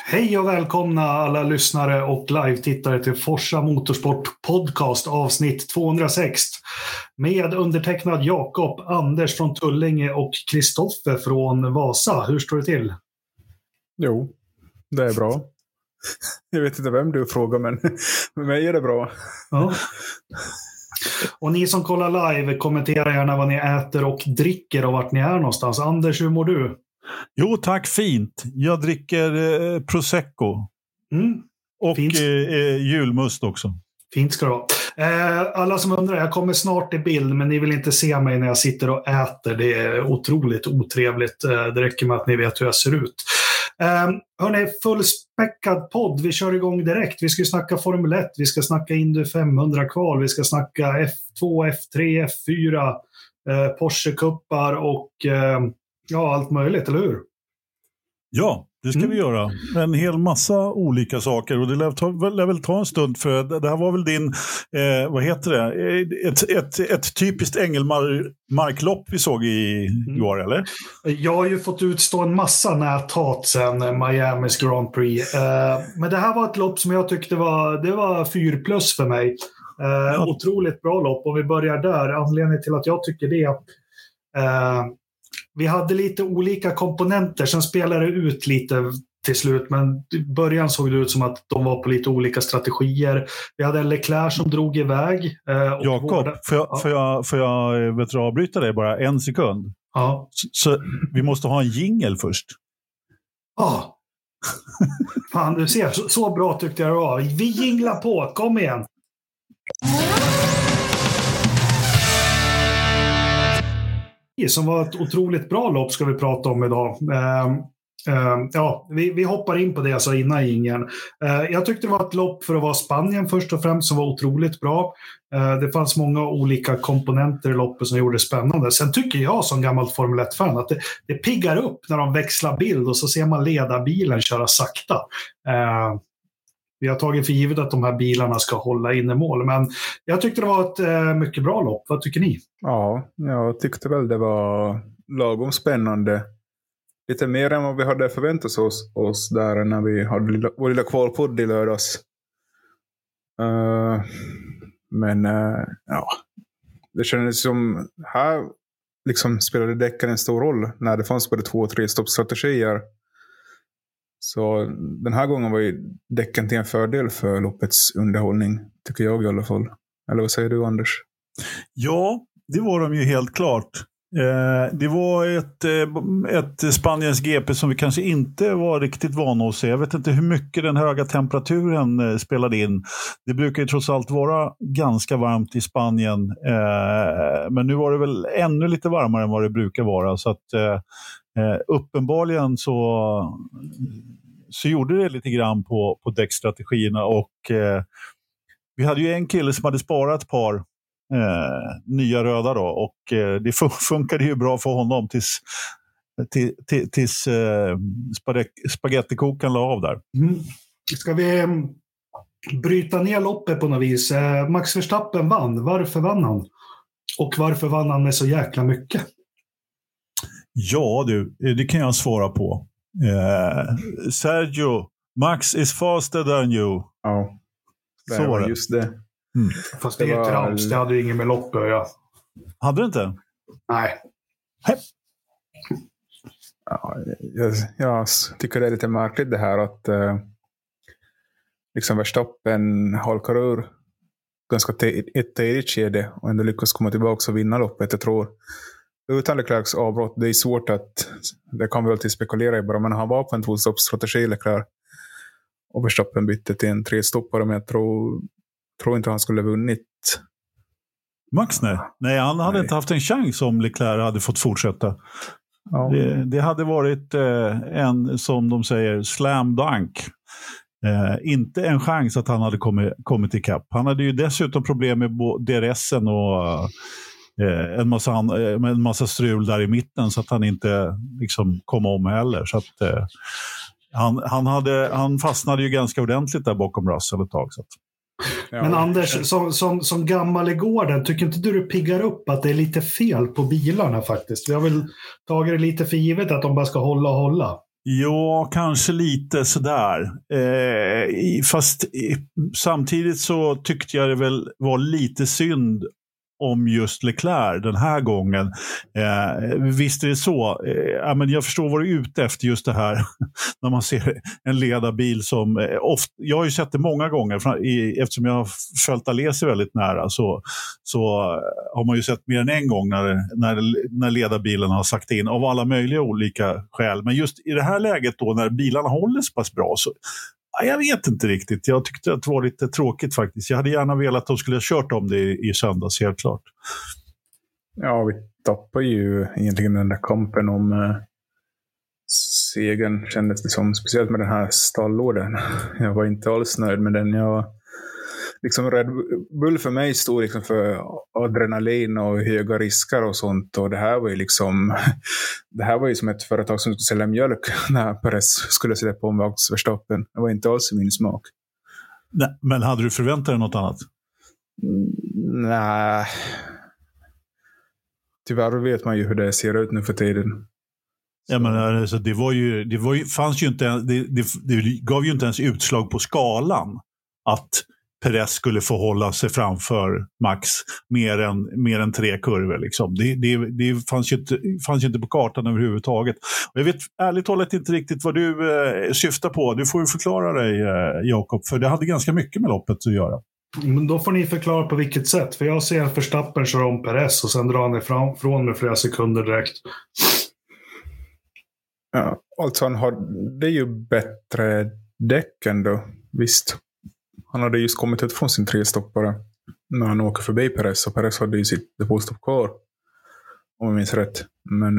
Hej och välkomna alla lyssnare och live-tittare till Forsa Motorsport Podcast avsnitt 206 med undertecknad Jakob, Anders från Tullinge och Kristoffer från Vasa. Hur står det till? Jo, det är bra. Jag vet inte vem du frågar, men med mig är det bra. Ja. Och ni som kollar live, kommentera gärna vad ni äter och dricker och vart ni är någonstans. Anders, hur mår du? Jo, tack, fint. Jag dricker Prosecco. Och julmust också. Fint ska det vara. Alla som undrar, jag kommer snart i bild, men ni vill inte se mig när jag sitter och äter. Det är otroligt otrevligt. Det räcker med att ni vet hur jag ser ut. Hörrni, fullspäckad podd. Vi kör igång direkt. Vi ska snacka Formel 1, vi ska snacka Indy 500-kval, vi ska snacka F2, F3, F4, Porsche-kuppar och allt möjligt, eller hur? Ja, det ska vi göra. En hel massa olika saker, och det lär väl ta en stund, för det här var väl din, vad heter det? Ett typiskt Engelmarklopp vi såg igår, eller? Jag har ju fått utstå en massa näthat sen Miamis Grand Prix. Men det här var ett lopp som jag tyckte var 4+ för mig. Otroligt bra lopp, och vi börjar där. Anledningen till att jag tycker det vi hade lite olika komponenter, sen spelade det ut lite till slut, men i början såg det ut som att de var på lite olika strategier. Vi hade Leclerc som drog iväg. Jakob, får jag avbryta dig bara en sekund? Ja. Så vi måste ha en jingle först. Ja. Fan, du ser, så bra tyckte jag det var. Vi jinglar på, kom igen. Som var ett otroligt bra lopp ska vi prata om idag. Vi hoppar in på det jag sa innan ingen. Jag tyckte det var ett lopp för att vara Spanien först och främst som var otroligt bra. Det fanns många olika komponenter i loppet som gjorde det spännande. Sen tycker jag som gammalt Formel 1-fan att det piggar upp när de växlar bild och så ser man ledarbilen köra sakta. Vi har tagit för givet att de här bilarna ska hålla in i mål. Men jag tyckte det var ett mycket bra lopp. Vad tycker ni? Ja, jag tyckte väl det var lagom spännande. Lite mer än vad vi hade förväntat oss där när vi hade vår lilla kvalpodd i lördags. Det kändes som här liksom spelade däcken en stor roll när det fanns både 2 och 3 stoppstrategier. Så den här gången var ju däcken till en fördel för loppets underhållning, tycker jag i alla fall. Eller vad säger du, Anders? Ja, det var de ju helt klart. Det var ett Spaniens GP som vi kanske inte var riktigt vana att se. Jag vet inte hur mycket den höga temperaturen spelade in. Det brukar ju trots allt vara ganska varmt i Spanien. Men nu var det väl ännu lite varmare än vad det brukar vara. Så att uppenbarligen så gjorde det lite grann på däckstrategierna. Och vi hade ju en kille som hade sparat ett par nya röda då, och det funkade ju bra för honom tills spagettikokaren la av där. Ska vi bryta ner loppet på något vis? Max Verstappen vann. Varför vann han? Och varför vann han med så jäkla mycket? Ja du, det kan jag svara på. Sergio, Max is faster than you. Ja, det var just det. Fast det är trams, det hade ju ingen med lopp att göra. Hade det inte? Nej. Ja, jag tycker det är lite märkligt det här att liksom Verstappen halkar ur ganska ett tidigt skede och ändå lyckas komma tillbaka och vinna loppet. Jag tror utan Leclercs avbrott, det är svårt att, det kan vi alltid spekulera i bara, men han var på en 2-stoppsstrategi Leclerc och Verstappen bytte till en 3-stoppare, men jag tror inte han skulle ha vunnit. Max, nej, han hade inte haft en chans om Leclerc hade fått fortsätta. Ja. Det hade varit en, som de säger, slam dunk. Inte en chans att han hade kommit i kapp. Han hade ju dessutom problem med DRSen och en massa strul där i mitten, så att han inte liksom kom om heller. Så att han fastnade ju ganska ordentligt där bakom Russell ett tag. Så att. Men Anders, som gammal i gården, tycker inte du piggar upp att det är lite fel på bilarna faktiskt? Vi har väl tagit det lite för givet att de bara ska hålla. Ja, kanske lite sådär. Fast samtidigt så tyckte jag det väl var lite synd om just Leclerc den här gången. Visst är det så. Men jag förstår vad du är ute efter just det här. När man ser en ledarbil som jag har ju sett det många gånger eftersom jag har följt Alesi väldigt nära så har man ju sett mer än en gång när ledarbilen har sagt in av alla möjliga olika skäl. Men just i det här läget då när bilarna håller så pass bra så jag vet inte riktigt. Jag tyckte att det var lite tråkigt faktiskt. Jag hade gärna velat att de skulle ha kört om det i söndags, helt klart. Ja, vi tappar ju egentligen den där kampen om segern, kändes det som. Speciellt med den här stallorden. Jag var inte alls nöjd med den. Liksom Red Bull för mig stod liksom för adrenalin och höga risker och sånt. Och det här var ju som ett företag som skulle sälja mjölk när Perez skulle sätta på Max Verstappen. Det var inte alls min smak. Nej, men hade du förväntat dig något annat? Nej. Tyvärr vet man ju hur det ser ut nu för tiden. Ja, men alltså, det gav ju inte ens utslag på skalan att Perez skulle få hålla sig framför Max mer än 3 kurvor. Liksom. Det fanns ju inte på kartan överhuvudtaget. Och jag vet ärligt talat inte riktigt vad du syftar på. Du får ju förklara dig, Jakob, för det hade ganska mycket med loppet att göra. Men då får ni förklara på vilket sätt. För jag ser Verstappen köra om Perez och sen drar han ifrån med flera sekunder direkt. Ja, alltså det är ju bättre däck ändå, visst. Han hade just kommit ut från sin 3-stoppare när han åker förbi Perez. Och Perez hade ju sitt depåstopp kvar, om jag minns rätt. Men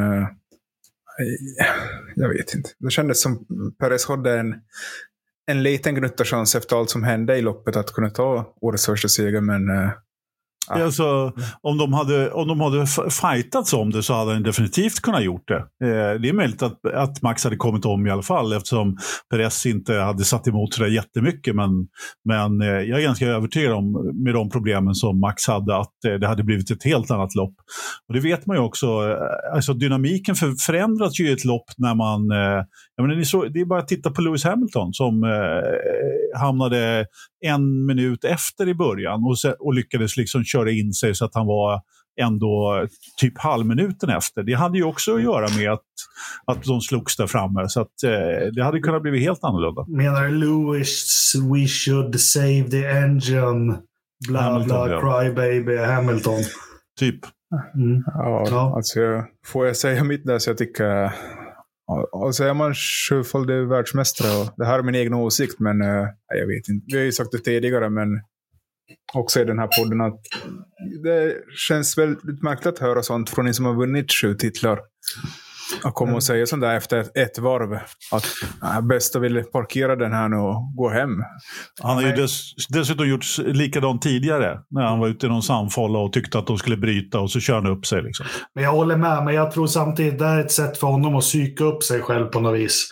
jag vet inte. Det kändes som Perez hade en liten gnuttarchans efter allt som hände i loppet att kunna ta årets första seger. Men alltså, om de hade fightats om det så hade han definitivt kunnat gjort det. Det är möjligt att Max hade kommit om i alla fall eftersom Perez inte hade satt emot så där jättemycket. Men jag är ganska övertygad om med de problemen som Max hade att det hade blivit ett helt annat lopp. Och det vet man ju också. Alltså, dynamiken förändras ju i ett lopp när man... det är bara att titta på Lewis Hamilton som hamnade 1 minut efter i början och lyckades liksom köra in sig så att han var ändå typ halvminuten efter. Det hade ju också att göra med att de slogs där framme så att det hade kunnat bli helt annorlunda. Menar Lewis, we should save the engine, bla Hamilton, bla, cry baby, Hamilton. Typ. Mm. Ja. Alltså, får jag säga mitt där så jag tycker... Alltså är man 7-faldig världsmästare och det här är min egen åsikt men jag vet inte. Vi har ju sagt det tidigare men också i den här podden att det känns väldigt märkligt att höra sånt från en som har vunnit 7 titlar. Att komma och säga sånt där efter ett varv att bästa vill parkera den här och gå hem. Han har ju dessutom gjort likadant tidigare när han var ute i någon samfålla och tyckte att de skulle bryta och så kör han upp sig. Liksom. Men jag håller med, men jag tror samtidigt det är ett sätt för honom att psyka upp sig själv på något vis.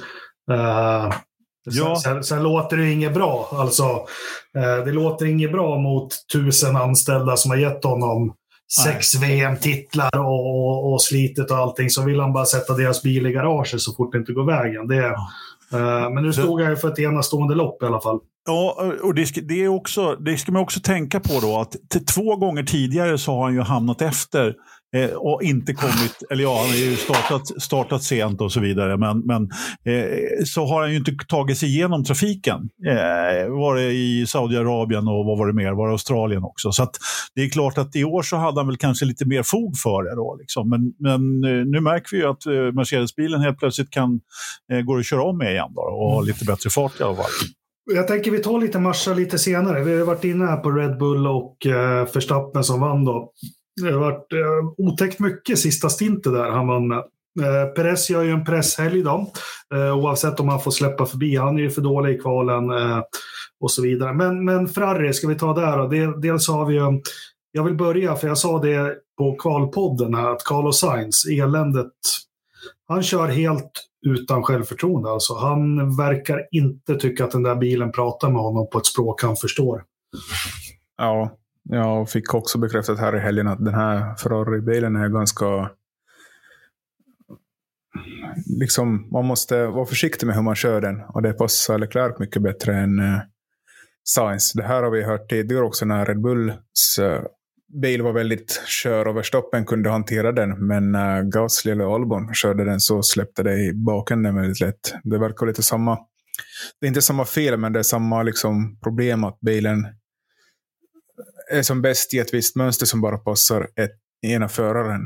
Sen låter det inget bra. Alltså, det låter inget bra mot 1000 anställda som har gett honom 6 VM-titlar och slitet och allting, så vill han bara sätta deras bil i garaget så fort det inte går vägen. Men nu stod jag ju för ett enastående lopp i alla fall. Ja, och det ska man också tänka på då att 2 gånger tidigare så har han ju hamnat efter och inte kommit, eller ja, han har ju startat sent och så vidare, men så har han ju inte tagit sig igenom trafiken. Var det i Saudiarabien och vad var det mer? Var det Australien också? Så att det är klart att i år så hade han väl kanske lite mer fog för det då, liksom. Men nu märker vi ju att Mercedes-bilen helt plötsligt går att köra om med igen då, och ha lite bättre fart i alla fall. Jag tänker vi tar lite marscha lite senare. Vi har varit inne här på Red Bull och Verstappen som vann då. Det har varit otäckt mycket sista stintet där han vann med. Perez gör ju en presshelg då. Oavsett om han får släppa förbi. Han är ju för dålig i kvalen och så vidare. Men Ferrari ska vi ta där då. Dels har vi ju... Jag vill börja för jag sa det på kvalpodden här att Carlos Sainz, eländet... Han kör helt utan självförtroende. Alltså. Han verkar inte tycka att den där bilen pratar med honom på ett språk han förstår. Ja, jag fick också bekräftat här i helgen att den här Ferrari-bilen är ganska liksom, man måste vara försiktig med hur man kör den. Och det passar Leclerc mycket bättre än Sainz. Det här har vi hört tidigare också när Red Bulls bil var väldigt kör och Verstappen kunde hantera den. Men när Gasly eller Albon körde den så släppte det i bakänden väldigt lätt. Det verkar lite samma. Det är inte samma fel, men det är samma liksom problem att bilen är som bäst i ett visst mönster som bara passar ena föraren.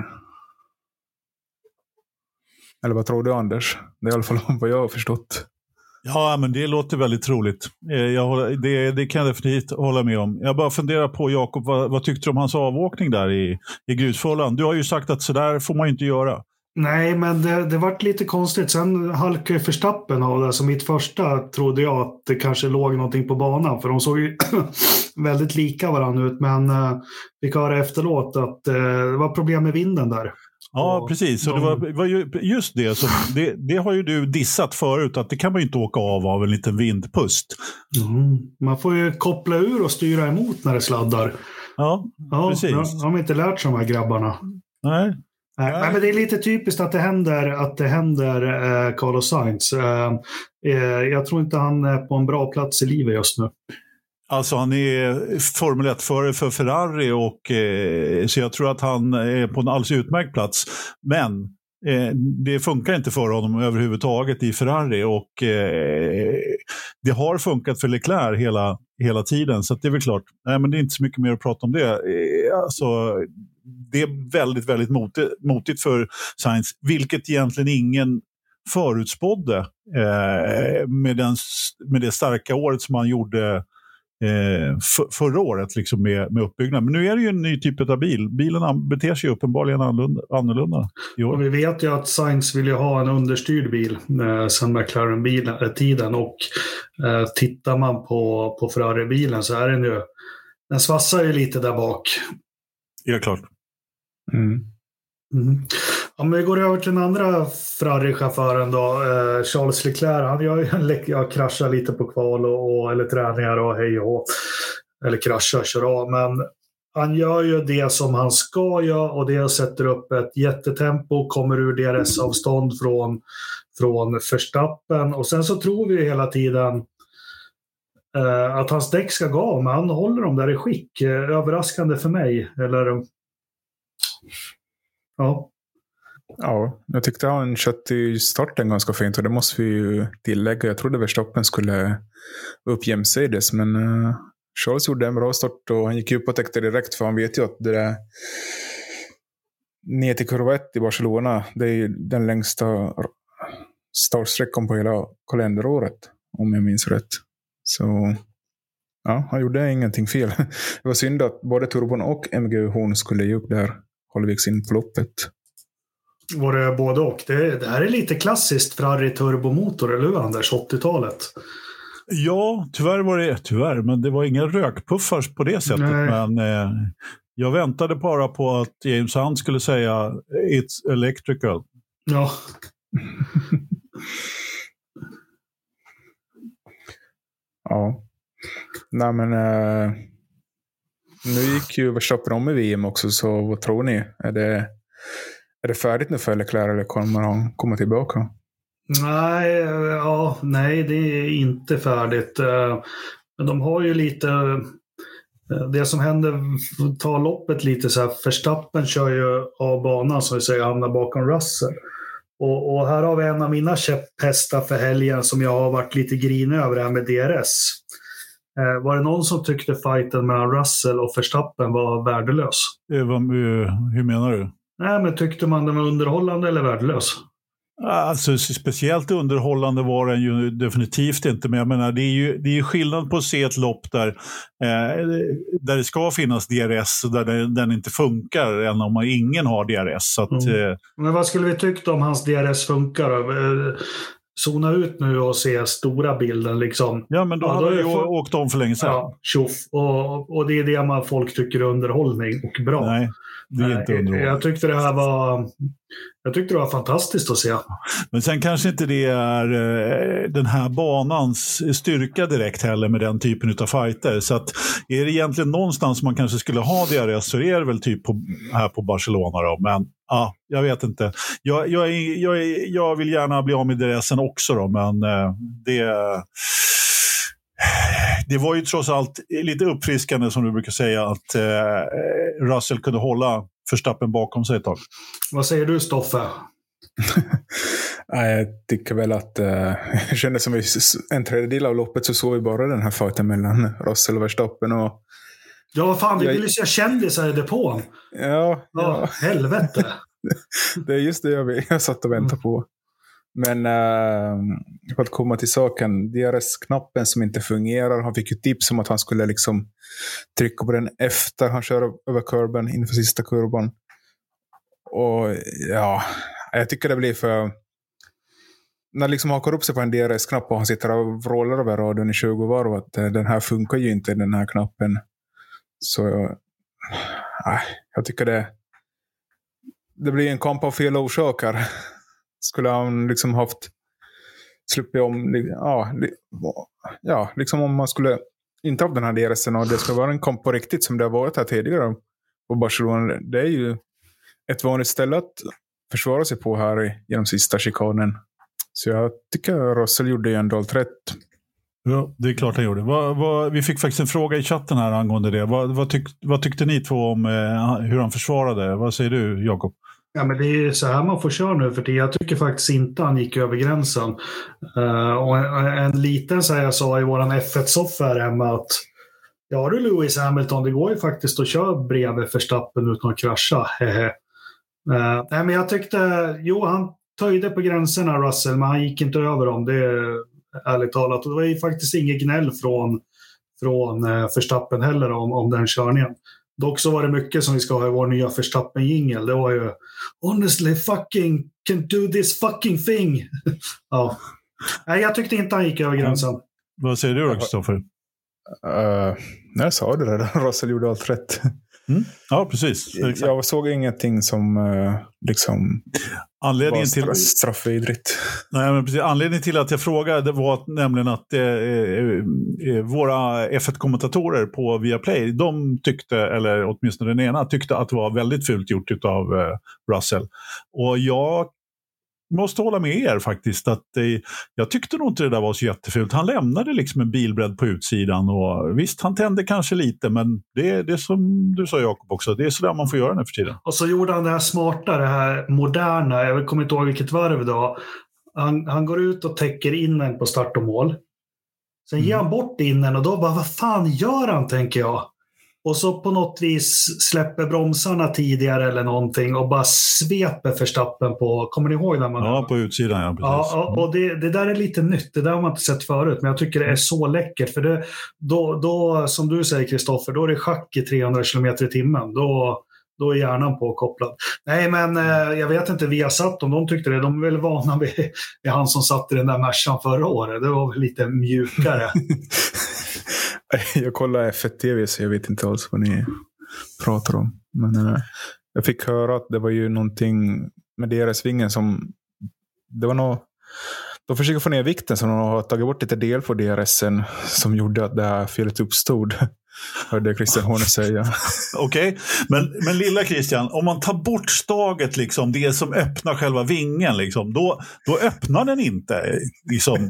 Eller vad tror du, Anders? Det är i alla fall vad jag har förstått. Ja, men det låter väldigt troligt. Det kan jag definitivt hålla med om. Jag bara funderar på, Jakob, vad tyckte du om hans avåkning där i grusfållan? Du har ju sagt att sådär får man ju inte göra. Nej, men det vart lite konstigt. Sen halkade Verstappen av det. Så mitt första trodde jag att det kanske låg någonting på banan. För de såg ju väldigt lika varandra ut. Men fick höra efteråt att det var problem med vinden där. Ja, precis. Så det var ju just det. Så det har ju du dissat förut. Att det kan man ju inte åka av en liten vindpust. Man får ju koppla ur och styra emot när det sladdar. Ja, precis. De har inte lärt sig, de här grabbarna. Nej. Nej, men det är lite typiskt att det händer Carlos Sainz. Jag tror inte han är på en bra plats i livet just nu. Alltså han är Formel 1-förare för Ferrari och så jag tror att han är på en alldeles utmärkt plats. Men det funkar inte för honom överhuvudtaget i Ferrari och det har funkat för Leclerc hela tiden, så att det är väl klart. Nej, men det är inte så mycket mer att prata om det. Alltså, det är väldigt, väldigt motigt för Sainz, vilket egentligen ingen förutspådde med det starka året som han gjorde förra året liksom med uppbyggnad. Men nu är det ju en ny typ av bil. Bilen beter sig uppenbarligen annorlunda i år. Och vi vet ju att Sainz vill ju ha en understyrd bil sen McLaren-tiden, och tittar man på Ferrari-bilen så är den svassar ju lite där bak. Ja, klart. Ja, men vi går över till den andra Ferrari-chauffören då, Charles Leclerc. Han kraschar lite på kval eller träningar och hej och hå. Eller kör av. Men han gör ju det som han ska göra, och det sätter upp ett jättetempo, kommer ur DRS-avstånd från Verstappen. Och sen så tror vi hela tiden att hans däck ska gå av, men han håller dem där i skick. Överraskande för mig. Eller... Ja, jag tyckte han kött i starten ganska fint, och det måste vi ju tillägga. Jag trodde Verstappen skulle upp jämsides, men Charles gjorde en bra start och han gick upp och täckte direkt, för han vet ju att det där ner till kurva 1 i Barcelona, det är den längsta startsträckan på hela kalenderåret, om jag minns rätt. Så ja, han gjorde ingenting fel. Det var synd att både turbon och MG-horn skulle ge upp där halvvägs in på loppet. Var det både och? Det här är lite klassiskt Ferrari turbomotor, eller hur, Anders? 80-talet. Ja, men det var inga rökpuffars på det sättet. Nej. Men jag väntade bara på att James Hunt skulle säga it's electrical. Ja. Ja. Nej, men nu gick ju Verstappen om i VM också, så vad tror ni? Är det färdigt nu för Leclerc, eller kommer han komma tillbaka? Nej, det är inte färdigt. Men de har ju lite... Det som händer tar loppet lite så här. Verstappen kör ju av banan, så vi säger, hamnar bakom Russell. Och här har vi en av mina käpphästar för helgen som jag har varit lite grinig över, det här med DRS. Var det någon som tyckte fighten mellan Russell och Verstappen var värdelös? Hur menar du? Nej, men tyckte man den var underhållande eller värdelös? Alltså speciellt underhållande var den ju definitivt inte, men jag menar, det är ju skillnad på att se ett lopp där det ska finnas DRS och där den inte funkar, än om ingen har DRS. Så att, Men vad skulle vi tycka om hans DRS funkar? Zona ut nu och se stora bilden liksom. Ja, men då hade jag åkt om för länge sedan. Ja, tjoff. Och det är det man folk tycker är underhållning och bra. Nej, det är inte underhållning. Jag tyckte det här var... Jag tyckte det var fantastiskt att se. Men sen kanske inte det är den här banans styrka direkt heller med den typen av fighter. Så att är det egentligen någonstans man kanske skulle ha DRS så är det väl typ här på Barcelona då. Men ja, jag vet inte. Jag vill gärna bli av med DRSen också då, men det var ju trots allt lite uppfriskande som du brukar säga att Russell kunde hålla Verstappen bakom sig ett tag. Vad säger du, Stoffe? Jag tycker väl att det kändes som en tredjedel av loppet så såg vi bara den här fighten mellan Russell och Verstappen. Och ja, fan, vi ville se kändisar i depån. Ja. Helvete. Det är just det jag satt och väntade på. Men för att komma till saken, DRS-knappen som inte fungerar, han fick ju tips om att han skulle liksom trycka på den efter han kör över kurvan inför sista kurvan. Och ja, jag tycker det blir för... När liksom hakar upp sig på en DRS-knapp och han sitter och vrålar över radion i 20 varv att den här funkar ju inte, den här knappen. Så jag tycker det blir en kamp av fel orsaker. Skulle han liksom haft sluppit om liksom om man skulle inte ha den här DRSen och det ska vara en kamp på riktigt som det har varit här tidigare på Barcelona. Det är ju ett vanligt ställe att försvara sig på här genom sista chikanen. Så jag tycker Russell gjorde ju ändå allt rätt. Ja, det är klart han gjorde. Vi fick faktiskt en fråga i chatten här angående det. Vad tyckte ni två om hur han försvarade? Vad säger du, Jakob? Ja, men det är så här man får köra nu för det. Jag tycker faktiskt inte han gick över gränsen. Och en liten så här, jag sa i våran F1-soffa här hemma att ja du Lewis Hamilton, det går ju faktiskt att köra bredvid Verstappen utan att krascha. Nej, men jag tyckte, han töjde på gränserna Russell, men han gick inte över dem, det är ärligt talat. Och det var ju faktiskt inget gnäll från Verstappen heller om den körningen. Dock så var det mycket som vi ska ha i vår nya Verstappen-jingel. Det var ju honestly fucking can do this fucking thing. Ja. Nej, jag tyckte inte han gick över gränsen. Vad säger du då, Kristoffer? Jag sa det där. Russell gjorde allt rätt. Mm. Ja, precis. Jag såg ingenting som liksom anledningen var till straffvidrigt. Nej, men precis. Anledningen till att jag frågade var nämligen att våra F1-kommentatorer på Viaplay, de tyckte, eller åtminstone den ena, tyckte att det var väldigt fult gjort av Russell. Och jag måste hålla med er faktiskt att jag tyckte nog inte det där var så jättefult. Han lämnade liksom en bilbredd på utsidan och visst, han tände kanske lite, men det är som du sa, Jakob, också. Det är så där man får göra nu för tiden. Och så gjorde han det här smarta, det här moderna, jag kommer inte ihåg vilket varv då. Han går ut och täcker in en på start och mål. Sen ger han bort in en och då bara, vad fan gör han, tänker jag. Och så på något vis släpper bromsarna tidigare eller någonting och bara sveper Verstappen på, kommer ni ihåg den? Ja, på utsidan, ja, precis. Ja, och det där är lite nytt, det där har man inte sett förut, men jag tycker det är så läckert, för då som du säger, Kristoffer, då är det schack i 300 km i timmen, då är hjärnan påkopplad. Nej, men jag vet inte, vi har satt om de tyckte det, de är väl vana vid han som satt i den där Mercan förra året, det var väl lite mjukare. Jag kollar F1-TV så jag vet inte alls vad ni pratar om. Men jag fick höra att det var ju någonting med deras vingen som... Det var nog... De försöker få ner vikten så de har tagit bort lite del på DRSen som gjorde att det här felet uppstod. Hörde Christian Horner säga. Okej, men lilla Christian, om man tar bort staget, liksom, det som öppnar själva vingen, liksom, då öppnar den inte. Liksom...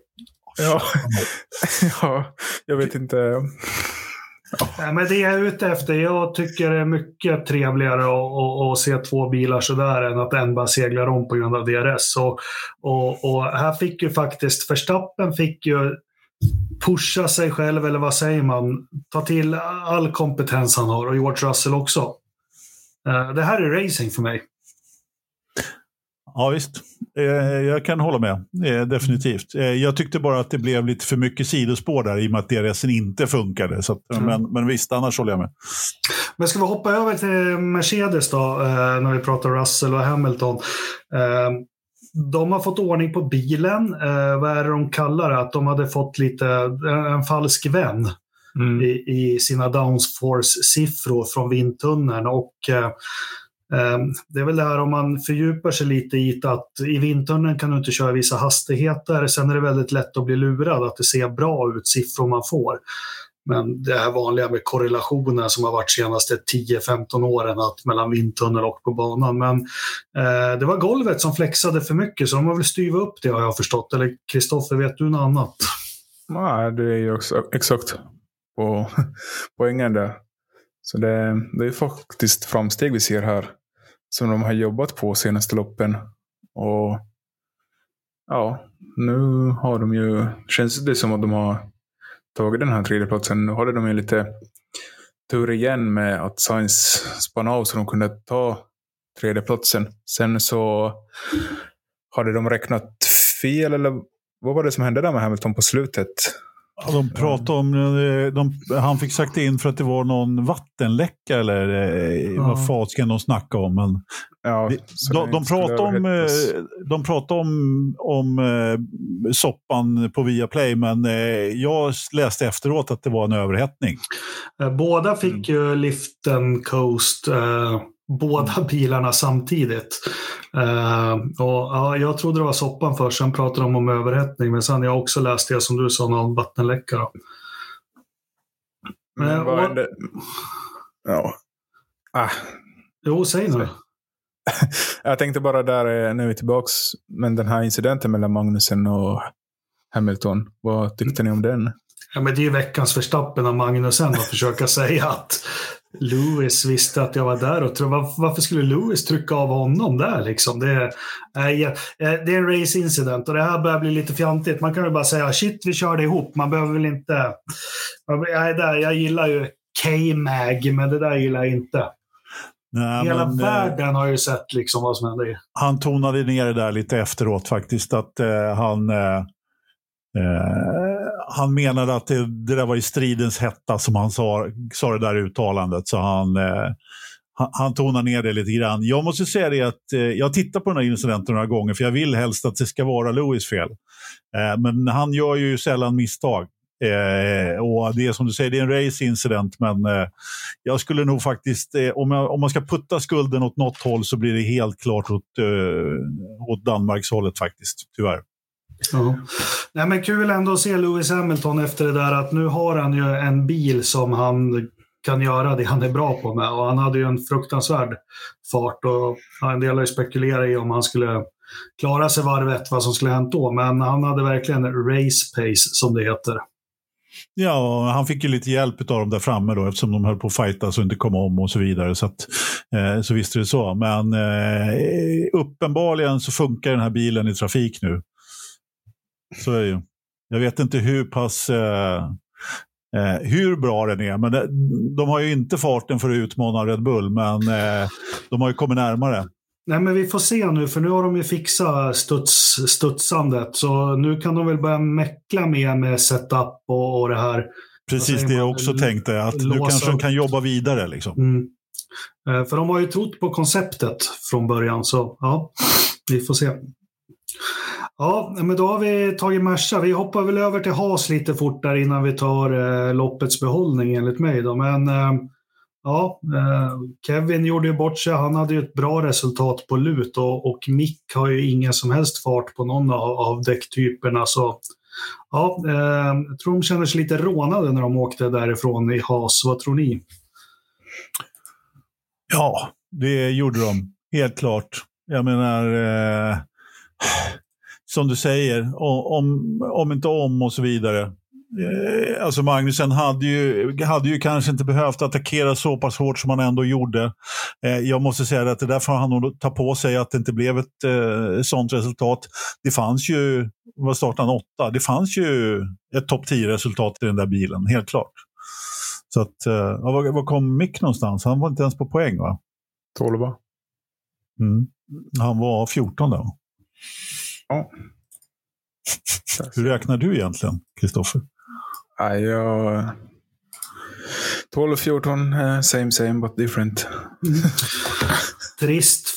Ja, jag vet inte. Ja, men det jag är ute efter, jag tycker det är mycket trevligare att se två bilar sådär än att en bara seglar om på grund av DRS. Och här fick ju faktiskt Verstappen fick ju pusha sig själv, eller vad säger man, ta till all kompetens han har, och George Russell också. Det här är racing för mig. Ja, visst. Jag kan hålla med. Definitivt. Jag tyckte bara att det blev lite för mycket sidospår där i och med att DRSen inte funkade. Så att, men visst, annars håller jag med. Men ska vi hoppa över till Mercedes då, när vi pratar Russell och Hamilton. De har fått ordning på bilen. Vad är det de kallar det? Att de hade fått lite en falsk vän i sina downforce-siffror från vindtunneln. Och Det är väl det här om man fördjupar sig lite i att i vindtunneln kan du inte köra vissa hastigheter. Sen är det väldigt lätt att bli lurad, att det ser bra ut, siffror man får. Men det här vanliga med korrelationen som har varit senaste 10-15 åren att mellan vindtunnel och på banan. Men det var golvet som flexade för mycket, så de har väl styva upp det, har jag förstått. Eller Kristoffer, vet du något annat? Nej, det är ju också exakt på poängen där. Så det är faktiskt framsteg vi ser här som de har jobbat på senaste loppen. Och ja, nu har de ju, känns det som att de har tagit den här tredjeplatsen. Nu hade de ju lite tur igen med att Sainz spann av så de kunde ta tredjeplatsen. Sen så hade de räknat fel, eller vad var det som hände där med Hamilton på slutet? Ja, de pratade om, han fick sagt in för att det var någon vattenläcka eller vad fasken de snackade om. Men ja, de pratade om soppan på Viaplay, men jag läste efteråt att det var en överhettning. Båda fick ju lift and coast, båda bilarna samtidigt. Och ja, jag trodde det var soppan först, sen pratade de om överhettning, men sen jag också läste det som du sa, någon vattenläcka. Men vad är det? Ja. Jo, säg nu. Jag tänkte bara där, nu är vi tillbaks, men den här incidenten mellan Magnussen och Hamilton, vad tyckte ni om den? Ja, men det är ju veckans Verstappen av Magnussen att försöka säga att Lewis visste att jag var där, och varför skulle Lewis trycka av honom där liksom? Det är en race incident, och det här börjar bli lite fjantigt. Man kan ju bara säga shit, vi körde ihop. Man behöver väl inte. Jag gillar ju K-Mag, men det där gillar jag inte. Nej, hela världen har ju sett liksom vad som hände. Han tonade ner det där lite efteråt faktiskt, att han menade att det där var i stridens hetta som han sa det där uttalandet, så han tonar ner det lite grann. Jag måste säga det att jag tittar på den här incidenten några gånger, för jag vill helst att det ska vara Lewis fel. Men han gör ju sällan misstag. Och det är som du säger, det är en race incident, men jag skulle nog faktiskt, om man ska putta skulden åt något håll, så blir det helt klart åt Danmarks hållet faktiskt, tyvärr. Ja. Nej, men kul ändå att se Lewis Hamilton efter det där, att nu har han ju en bil som han kan göra det han är bra på med, och han hade ju en fruktansvärd fart, och en del har ju spekulerat i om han skulle klara sig varvet, vad som skulle hänt då, men han hade verkligen race pace som det heter. Ja, han fick ju lite hjälp av dem där framme då, eftersom de höll på att fighta så inte kom om och så vidare, så att så visste det så, men uppenbarligen så funkar den här bilen i trafik nu. Så är det ju. Jag vet inte hur pass hur bra den är, men de har ju inte farten för att utmana Red Bull, men de har ju kommit närmare. Nej, men vi får se nu, för nu har de ju fixat studsandet, så nu kan de väl börja mäckla med setup och det här. Precis, det jag också tänkte, att nu kanske de kan jobba vidare liksom. För de har ju trott på konceptet från början, så ja, vi får se. Ja, men då har vi tagit Merca. Vi hoppar väl över till Haas lite fort där innan vi tar loppets behållning enligt mig då. Men Kevin gjorde ju bort sig. Han hade ju ett bra resultat på lut, och Mick har ju ingen som helst fart på någon av däcktyperna. Så ja, jag tror de känner sig lite rånade när de åkte därifrån i Haas. Vad tror ni? Ja, det gjorde de. Helt klart. Jag menar... som du säger, om inte om och så vidare. Alltså Magnussen hade ju kanske inte behövt attackera så pass hårt som han ändå gjorde. Jag måste säga att det där får han nog ta på sig, att det inte blev ett sånt resultat. Det fanns ju, vad startade 8? Det fanns ju ett topp 10-resultat i den där bilen, helt klart. Så att, var kom Mick någonstans? Han var inte ens på poäng, va? 12. Han var 14 då. Ja. Hur räknar du egentligen, Kristoffer? Jag 12-14, same but different. Trist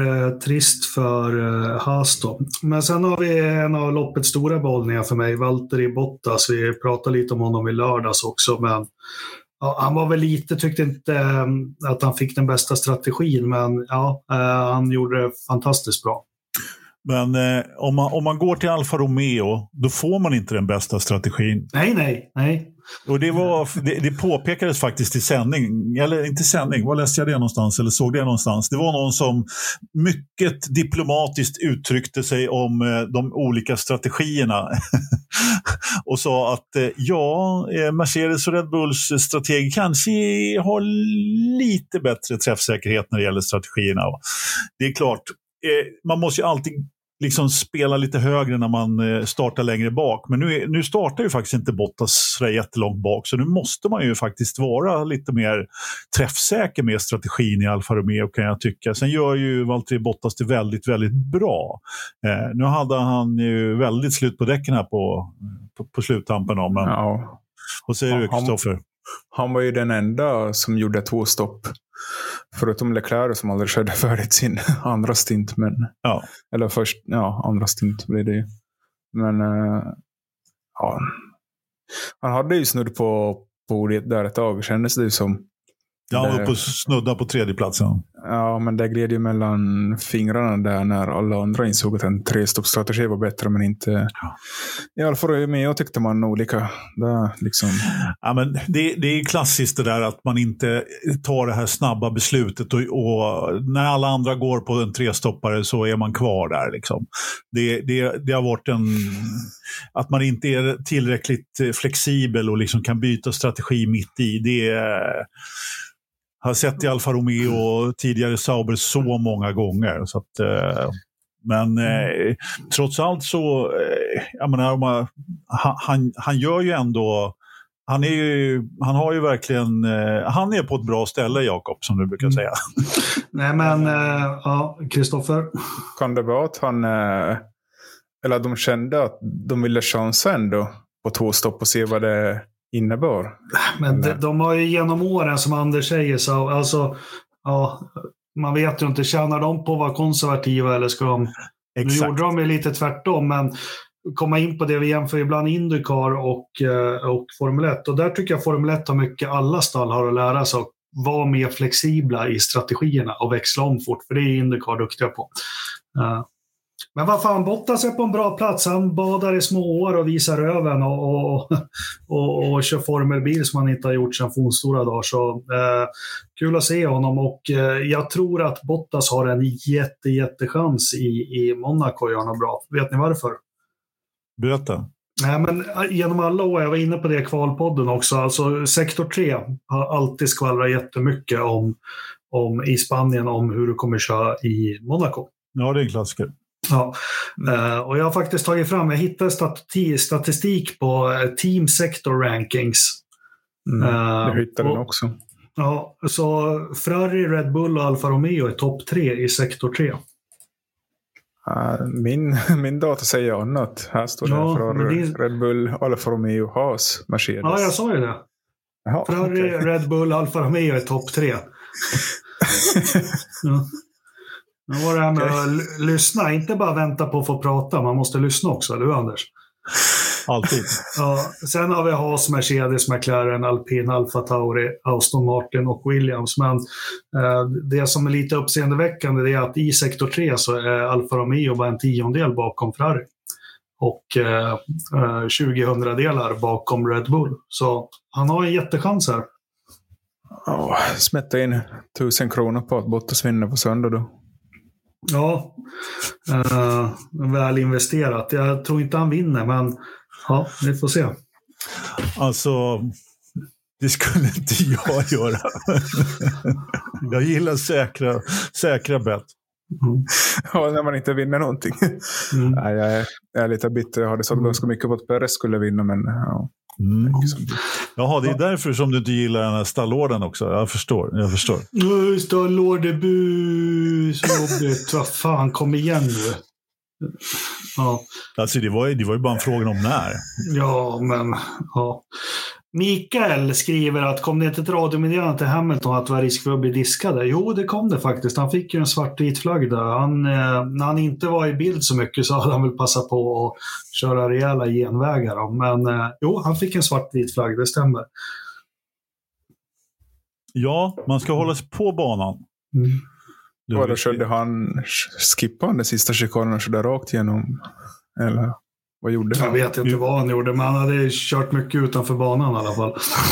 för Haas då. Men sen har vi en av loppets stora bollningar för mig, Valtteri Bottas. Vi pratade lite om honom i lördags också, men Ja, han var väl tyckte inte att han fick den bästa strategin, men ja, han gjorde det fantastiskt bra. Men om man går till Alfa Romeo, då får man inte den bästa strategin. Nej. Och det påpekades faktiskt i sändning, eller inte sändning, var läste jag det någonstans eller såg det någonstans? Det var någon som mycket diplomatiskt uttryckte sig om de olika strategierna och sa att Mercedes och Red Bulls strategi kanske har lite bättre träffsäkerhet när det gäller strategierna. Det är klart, man måste ju alltid liksom spela lite högre när man startar längre bak. Men nu startar ju faktiskt inte Bottas så jättelångt bak. Så nu måste man ju faktiskt vara lite mer träffsäker med strategin i Alfa Romeo, kan jag tycka. Sen gör ju Valtteri Bottas det väldigt, väldigt bra. Nu hade han ju väldigt slut på däcken här på sluttampen. Men... Ja. Vad säger du, Kristoffer? Han var ju den enda som gjorde 2 stopp. Förutom Leclerc som aldrig körde färdigt sin andra stint. Men, eller först, andra stint blev det ju. Men han hade ju snudd på podiet där ett tag, kändes det ju som. Ja, han var på snudda på 3:e platsen. Ja, men det gled ju mellan fingrarna där när alla andra insåg att en 3-stoppstrategi var bättre, men inte... I Alfa Romeo tyckte man olika. Där, liksom. Ja, men det är klassiskt det där att man inte tar det här snabba beslutet och när alla andra går på en 3-stoppare så är man kvar där. Liksom. Det har varit att man inte är tillräckligt flexibel och liksom kan byta strategi mitt i. Det har sett i Alfa Romeo och tidigare Sauber så många gånger. Så att, men trots allt så jag menar, han gör ju ändå, han har ju verkligen, han är på ett bra ställe, Jakob, som du brukar säga. Nej, men Kristoffer? Kan det vara att han eller de kände att de ville chansa ändå på 2 stopp och se vad det innebar? Men de har ju genom åren, som Anders säger, så alltså, man vet ju inte, tjänar de på att vara konservativa eller ska de... Exakt. Nu gjorde de ju lite tvärtom, men komma in på det, vi jämför ibland IndyCar och Formel 1, och där tycker jag Formel 1 har mycket, alla stall har att lära sig att vara mer flexibla i strategierna och växla om fort, för det är IndyCar duktiga på. Men vad fan, Bottas är på en bra plats. Han badar i små år och visar röven och kör formelbil som han inte har gjort sedan fornstora dagar. Så kul att se honom, och jag tror att Bottas har en jättechans i Monaco att göra något bra. Vet ni varför? Berätta. Nej, men genom alla år, jag var inne på det i kvalpodden också, alltså sektor 3 har alltid skvallrat jättemycket om i Spanien om hur du kommer köra i Monaco. Ja, det är en klassiker. Ja, och jag har faktiskt tagit fram, jag hittade statistik på Team Sector Rankings. Jag hittade den också. Ja, så Ferrari, Red Bull och Alfa Romeo är topp 3 i sektor 3. Min data säger annat. Här står det Ferrari, Red Bull, Alfa Romeo, Haas, Mercedes. Ja, jag sa ju det. Jaha, Ferrari, okay. Red Bull, Alfa Romeo är topp 3. Ja. Nu var det här med att lyssna, inte bara vänta på att få prata, man måste lyssna också, eller hur, Anders? Alltid. Ja, sen har vi Haas, Mercedes, McLaren, Alpine, Alfa Tauri, Aston Martin och Williams. Men det som är lite uppseendeväckande är att i sektor 3 så är Alfa Romeo bara en 10-del bakom Ferrari. Och 20-delar bakom Red Bull. Så han har en jättechans här. Smätta in 1000 kronor på att Bottas vinner på söndag då. Ja, väl investerat. Jag tror inte han vinner, men ja, vi får se. Alltså, det skulle inte jag göra. Jag gillar säkra bet. Ja, när man inte vinner någonting. Nej, jag är lite bitter. Jag hade sagt ganska mycket på att Perez skulle vinna, men ja. Jaha, det är därför som du inte gillar den här stallorden också. Jag förstår. Stallorden, så jobbigt. Vad fan, kom igen nu. Ja. Alltså det var ju bara en fråga om när. Ja, men ja. Mikael skriver att kom det inte ett radiomeddelande till Hamilton att det var risk för att bli diskade? Jo, det kom det faktiskt. Han fick ju en svartvit flagg där. När han inte var i bild så mycket så hade han väl passat på att köra rejäla genvägar. Men jo, han fick en svartvit flagg, det stämmer. Ja, man ska hålla sig på banan. Och då skippade han den sista chikanen och körde rakt igenom? Eller vad gjorde han? Jag vet inte vad han gjorde, men han hade kört mycket utanför banan i alla fall.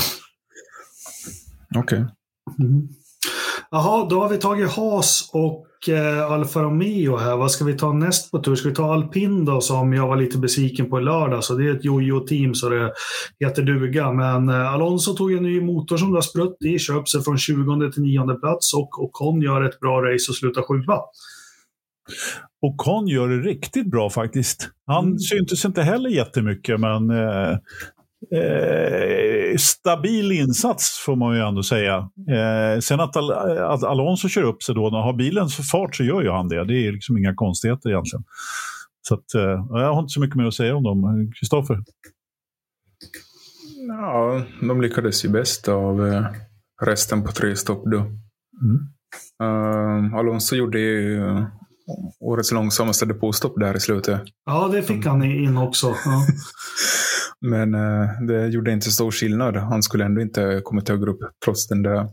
Okej. Jaha, då har vi tagit Haas och Alfa Romeo här. Vad ska vi ta näst på tur? Ska vi ta Alpin då, som jag var lite besviken på i lördag? Så det är ett jojo-team så det heter duga. Men Alonso tog en ny motor som det har sprutt i, köp sig från 20 till 9:e plats och Ocon gör ett bra race och slutar 7:a. Ocon gör det riktigt bra faktiskt. Han syntes inte heller jättemycket, men stabil insats får man ju ändå säga. Sen att Alonso kör upp sig då, när han har bilen så fart så gör ju han det. Det är liksom inga konstigheter egentligen. Så att, jag har inte så mycket mer att säga om dem. Kristoffer? Ja, de lyckades ju bäst av resten på 3 stopp då. Alonso gjorde ju årets långsammaste depåstopp där i slutet. Ja, det fick han in också. Ja. Men det gjorde inte stor skillnad. Han skulle ändå inte kommit högre upp trots den där.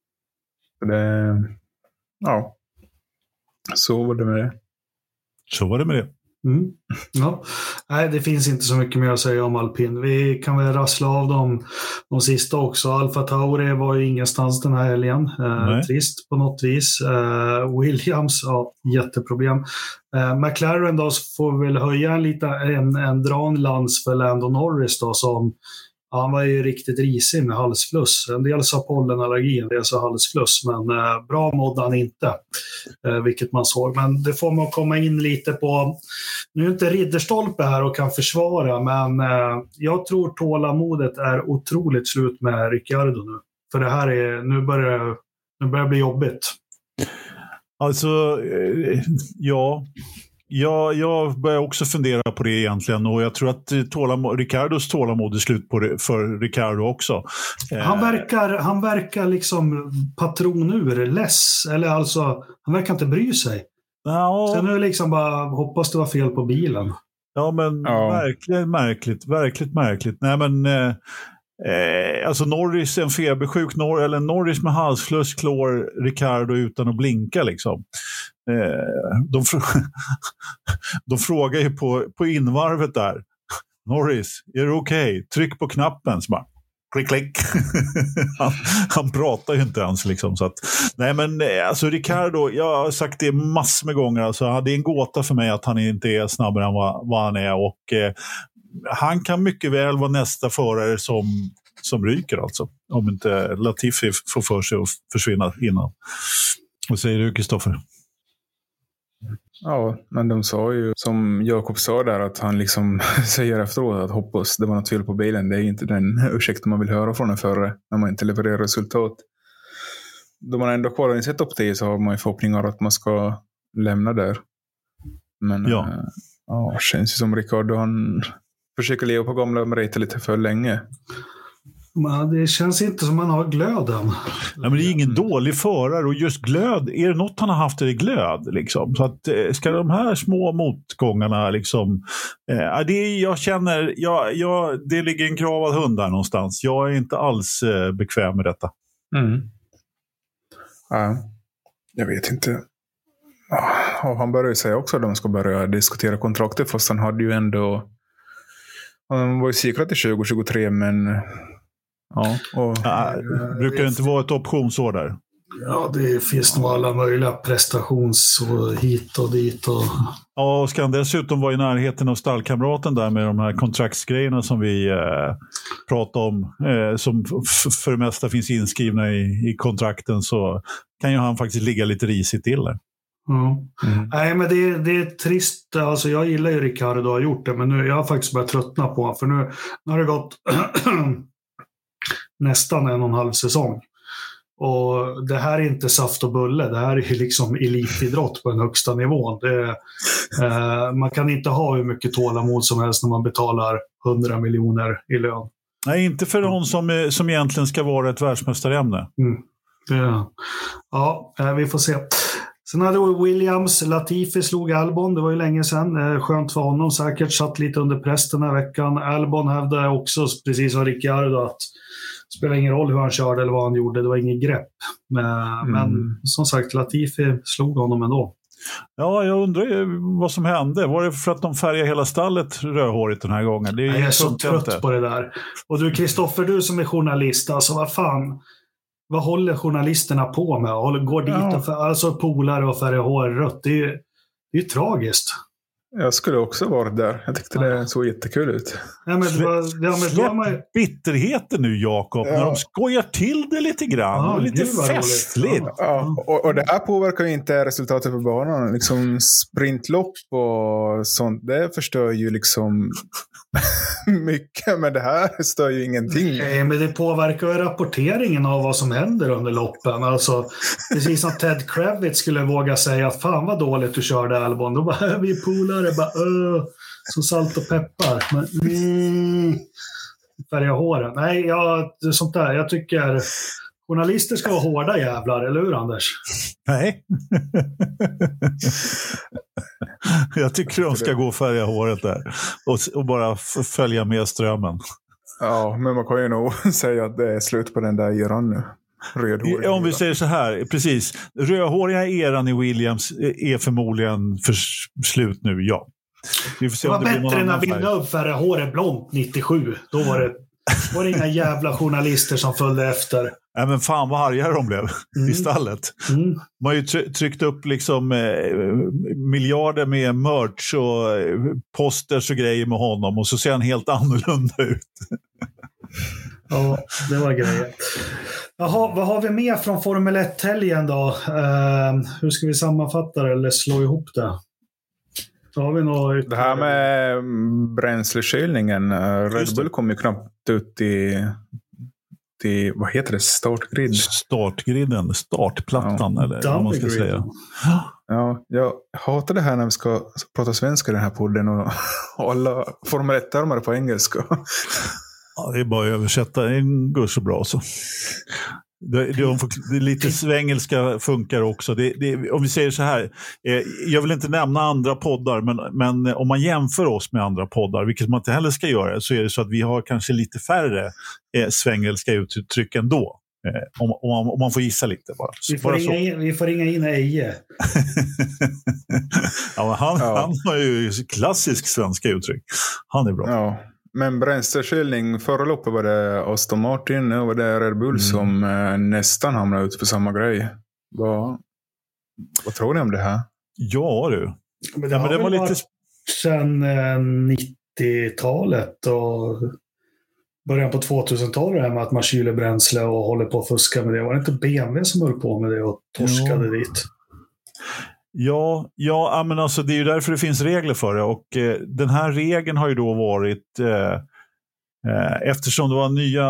Ja. Så var det med det. Så var det med det. Ja. Nej, det finns inte så mycket mer att säga om Alpin. Vi kan väl rassla av dem de sista också. Alfa Tauri var ju ingenstans den här helgen. Trist på något vis. Williams, ja, jätteproblem. McLaren då får väl höja dra en lans för Lando Norris då, som han var ju riktigt risig med halsfluss. En del sa pollenallergi, en del sa halsfluss. Men bra mådde han inte, vilket man såg. Men det får man komma in lite på. Nu är inte Ridderstolpe här och kan försvara, men jag tror tålamodet är otroligt slut med Ricciardo nu. För det här är, nu börjar det bli jobbigt. Alltså, ja... Jag börjar också fundera på det egentligen, och jag tror att Ricciardos tålamod är slut för Ricciardo också. Han verkar liksom patronurless, eller alltså han verkar inte bry sig. Ja. Sen är det liksom bara hoppas det var fel på bilen. Ja, men verkligt märkligt. Nej, men alltså Norris, en febersjuk Norris med halsfluss klår Ricciardo utan att blinka liksom. De frågar ju på invarvet där. Norris, är det okej? Tryck på knappen. Så bara, klick, klick. han pratar ju inte ens liksom. Så att, nej, men alltså Ricciardo, jag har sagt det massor med gånger. Alltså, det är en gåta för mig att han inte är snabbare än vad han är. Och han kan mycket väl vara nästa förare som ryker alltså. Om inte Latifi får för sig att försvinna innan. Vad säger du, Kristoffer? Ja, men de sa ju, som Jakob sa där, att han liksom säger efteråt att hoppas det var något fel på bilen. Det är inte den ursäkten man vill höra från en förare när man inte levererar resultat. Då man ändå kvar i sitt upp det så har man ju förhoppningar att man ska lämna där. Men ja, känns ju som Ricardo, han försöker leva på gamla meriter lite för länge. Men det känns inte som man har glöden. Nej, men det är ingen dålig förare, och just glöd, är det något han har haft är det glöd liksom. Så att ska de här små motgångarna liksom, jag känner det ligger en kravad hund där någonstans. Jag är inte alls bekväm med detta. Ja, jag vet inte. Han börjar ju säga också att de ska börja diskutera kontraktet, fast han hade ju ändå, han var ju säkert till 2023, men brukar det inte vara ett optionsår där? Ja, det finns nog alla möjliga prestations och hit och dit. Ja, och ska han dessutom vara i närheten av stallkamraten där med de här kontraktsgrejerna som vi pratade om, som för det mesta finns inskrivna i kontrakten, så kan ju han faktiskt ligga lite risigt till där. Nej, men det är trist. Alltså, jag gillar ju Ricciardo har gjort det, men nu jag har faktiskt börjat tröttna på honom, för nu har det gått nästan 1,5 säsong. Och det här är inte saft och bulle. Det här är liksom elitidrott på den högsta nivån. Man kan inte ha hur mycket tålamod som helst när man betalar 100 miljoner i lön. Nej, inte för någon som egentligen ska vara ett världsmästarämne. Ja, vi får se. Sen hade Williams, Latifi slog Albon, det var ju länge sedan. Skönt för honom, säkert satt lite under press den här veckan. Albon hävdade också, precis som Ricciardo, att det spelar ingen roll hur han körde eller vad han gjorde, det var ingen grepp. Men som sagt, Latifi slog honom ändå. Ja, jag undrar vad som hände. Var det för att de färgade hela stallet rödhårigt den här gången? Jag är så trött på det där. Och du, Kristoffer, du som är journalist, alltså vad fan, vad håller journalisterna på med? Går dit och alltså polare och färga hår rött? Det är ju tragiskt. Jag skulle också varit där. Jag tyckte det såg jättekul ut. Ja, men bitterheten nu, Jakob, när de skojar till det lite grann. Ja, lite festligt. Ja, och det här påverkar ju inte resultatet på banan. Liksom sprintlopp och sånt, det förstör ju liksom mycket, men det här stör ju ingenting. Nej, men det påverkar ju rapporteringen av vad som händer under loppen. Alltså, precis som Ted Kravitz skulle våga säga att fan vad dåligt du körde, Albon. Då bara, vi polare, bara som salt och peppar. Men, färga håren. Nej, sånt där. Jag tycker journalister ska vara hårda jävlar, eller hur, Anders? Nej. Jag tycker de ska gå och färga håret där och bara följa med strömmen. Ja, men man kan ju nog säga att det är slut på den där eran nu. Rödhåriga om vi säger så här, precis. Rödhåriga eran i Williams är förmodligen för slut nu, ja. Vi får se det om var det bättre när Villeneuve färgade håret blont 97. Då var det inga jävla journalister som följde efter. Nej, men fan vad arga de blev i stallet. Man har ju tryckt upp liksom miljarder med merch och posters och grejer med honom, och så ser han helt annorlunda ut. Ja, det var grejer. Jaha, vad har vi med från Formel 1-helgen då? Hur ska vi sammanfatta det eller slå ihop det? Så har vi något... Det här med bränslekylningen. Red Bull kom ju knappt ut till vad heter det? Startgriden, startplattan eller vad man ska säga. Ja, jag hatar det här när vi ska prata svenska i den här podden och alla Formel 1-termer på engelska. Ja, det är bara att översätta. Det går så bra så. Lite svengelska funkar också. Om vi säger så här, jag vill inte nämna andra poddar, men om man jämför oss med andra poddar, vilket man inte heller ska göra, så är det så att vi har kanske lite färre svengelska uttryck ändå. Om man får gissa lite bara. Vi får ringa in Eje. Ja, han har ju klassisk svenska uttryck. Han är bra. Ja. Men bränslekylning, förra loppet var det Aston Martin, nu var det Red Bull som nästan hamnade ut på samma grej. Vad tror ni om det här? Ja du. Men det var lite sedan 90-talet och början på 2000-talet med att man kyler bränsle och håller på att fuska med det. Var det inte BMW som höll på med det och torskade dit? Ja, men alltså det är ju därför det finns regler för det, och den här regeln har ju då varit eftersom det var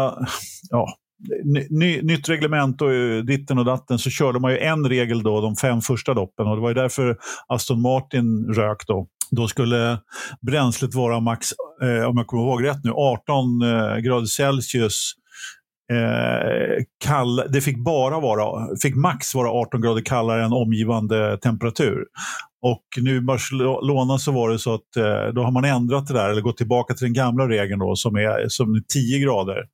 nytt reglement och ditten och datten, så körde man ju en regel då de 5 första loppen, och det var ju därför Aston Martin rök då. Då skulle bränslet vara max, om jag kommer ihåg rätt nu, 18 grader Celsius. Det fick max vara 18 grader kallare än omgivande temperatur. Och nu i Barcelona så var det så att då har man ändrat det där, eller gått tillbaka till den gamla regeln då, som är 10 grader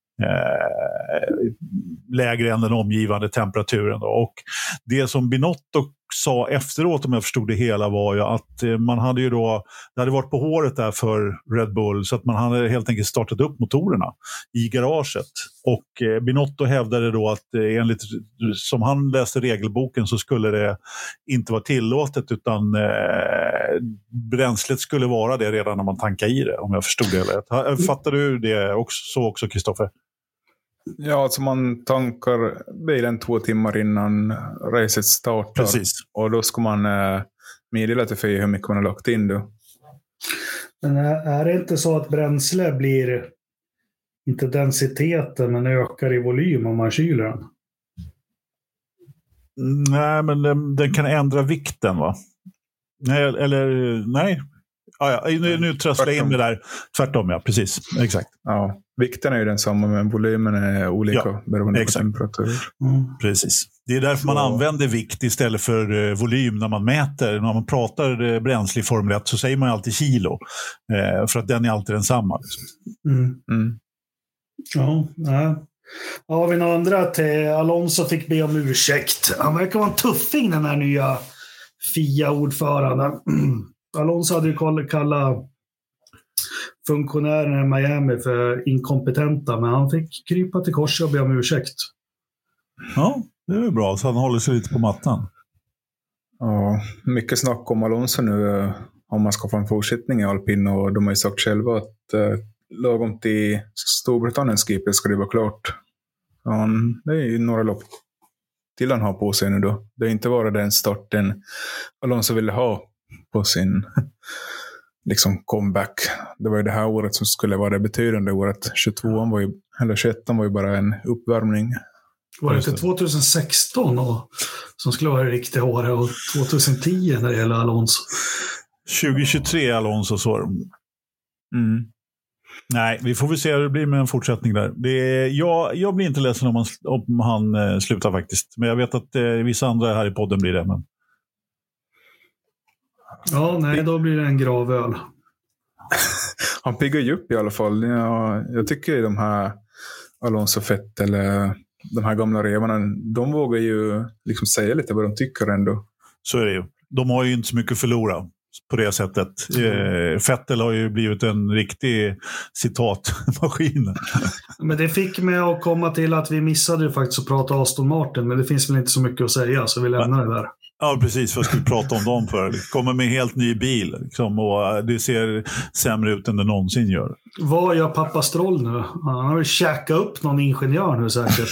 lägre än den omgivande temperaturen då. Och det som Binotto sa efteråt, om jag förstod det hela, var ju att man hade ju då, det hade varit på håret där för Red Bull, så att man hade helt enkelt startat upp motorerna i garaget, och Binotto hävdade då att enligt som han läste regelboken så skulle det inte vara tillåtet, utan bränslet skulle vara det redan när man tankar i det, om jag förstod det rätt. Fattar du det också, Kristoffer? Ja, alltså man tankar bilen 2 timmar innan racet startar. Precis. Och då ska man meddela till hur mycket man har lagt in då. Men är det inte så att bränsle blir inte densiteten, men ökar i volym om man kyler den? Nej, men den kan ändra vikten, va? Nej, eller nej. Nu tröstar jag in det där. Tvärtom, ja, precis. Exakt. Ja. Vikten är ju densamma, men volymen är olika beroende på temperatur. Precis. Det är därför man använder vikt istället för volym när man mäter. När man pratar bränsle i Formel 1 så säger man alltid kilo. För att den är alltid densamma. Ja, nej. Ja, vi några andra till Alonso fick be om ursäkt. Han verkar vara en tuffing, den här nya FIA-ordföranden. Alonso hade ju kallat funktionärerna i Miami för inkompetenta, men han fick krypa till korset och be om ursäkt. Ja, det är bra, så han håller sig lite på mattan. Ja, mycket snack om Alonso nu om man ska få en fortsättning i Alpin, och de har ju sagt själva att lagom till Storbritanniens GP ska det vara klart. Det är ju några lopp till han har på sig nu då. Det är inte bara den starten Alonso ville ha på sin liksom comeback. Det var ju det här året som skulle vara det betydande året. 22 var ju, eller 21 var ju bara en uppvärmning. Var det till 2016 som skulle vara det riktiga året, och 2010 när det gäller Alonso? 2023 Alonso så. Nej, vi får väl se hur det blir med en fortsättning där. Jag blir inte ledsen om han slutar faktiskt. Men jag vet att vissa andra här i podden blir det. Men... Ja, nej, då blir det en gravöl. Han piggar ju upp i alla fall. Jag tycker de här Alonso Fett eller de här gamla revarna, de vågar ju liksom säga lite vad de tycker ändå. Så är det ju. De har ju inte så mycket att förlora på det sättet. Vettel har ju blivit en riktig citatmaskin. Men det fick mig att komma till att vi missade ju faktiskt att prata Aston Martin, men det finns väl inte så mycket att säga, så vi lämnar det där. Ja, precis. Vad ska vi prata om dem för? Det kommer med en helt ny bil liksom, och det ser sämre ut än det någonsin gör. Vad gör pappa Stroll nu? Han har väl käkat upp någon ingenjör nu säkert.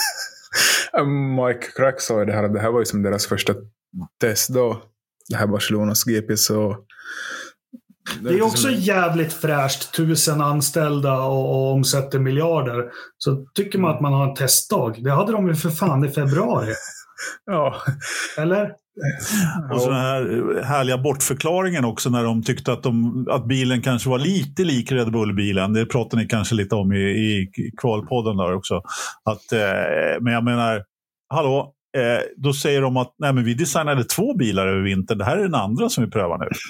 Mike Crack sa ju det här, att det här var ju som deras första test då. Det här Barcelonas GP, så... Det är också jävligt fräscht, 1000 anställda och omsätter miljarder. Så tycker man att man har en testdag. Det hade de ju för fan i februari. Ja. Eller? Och så den här härliga bortförklaringen också när de tyckte att bilen kanske var lite lik Red Bull-bilen. Det pratar ni kanske lite om i kvalpodden där också. Men jag menar, hallå, då säger de att nej, men vi designade 2 bilar över vintern. Det här är den andra som vi prövar nu.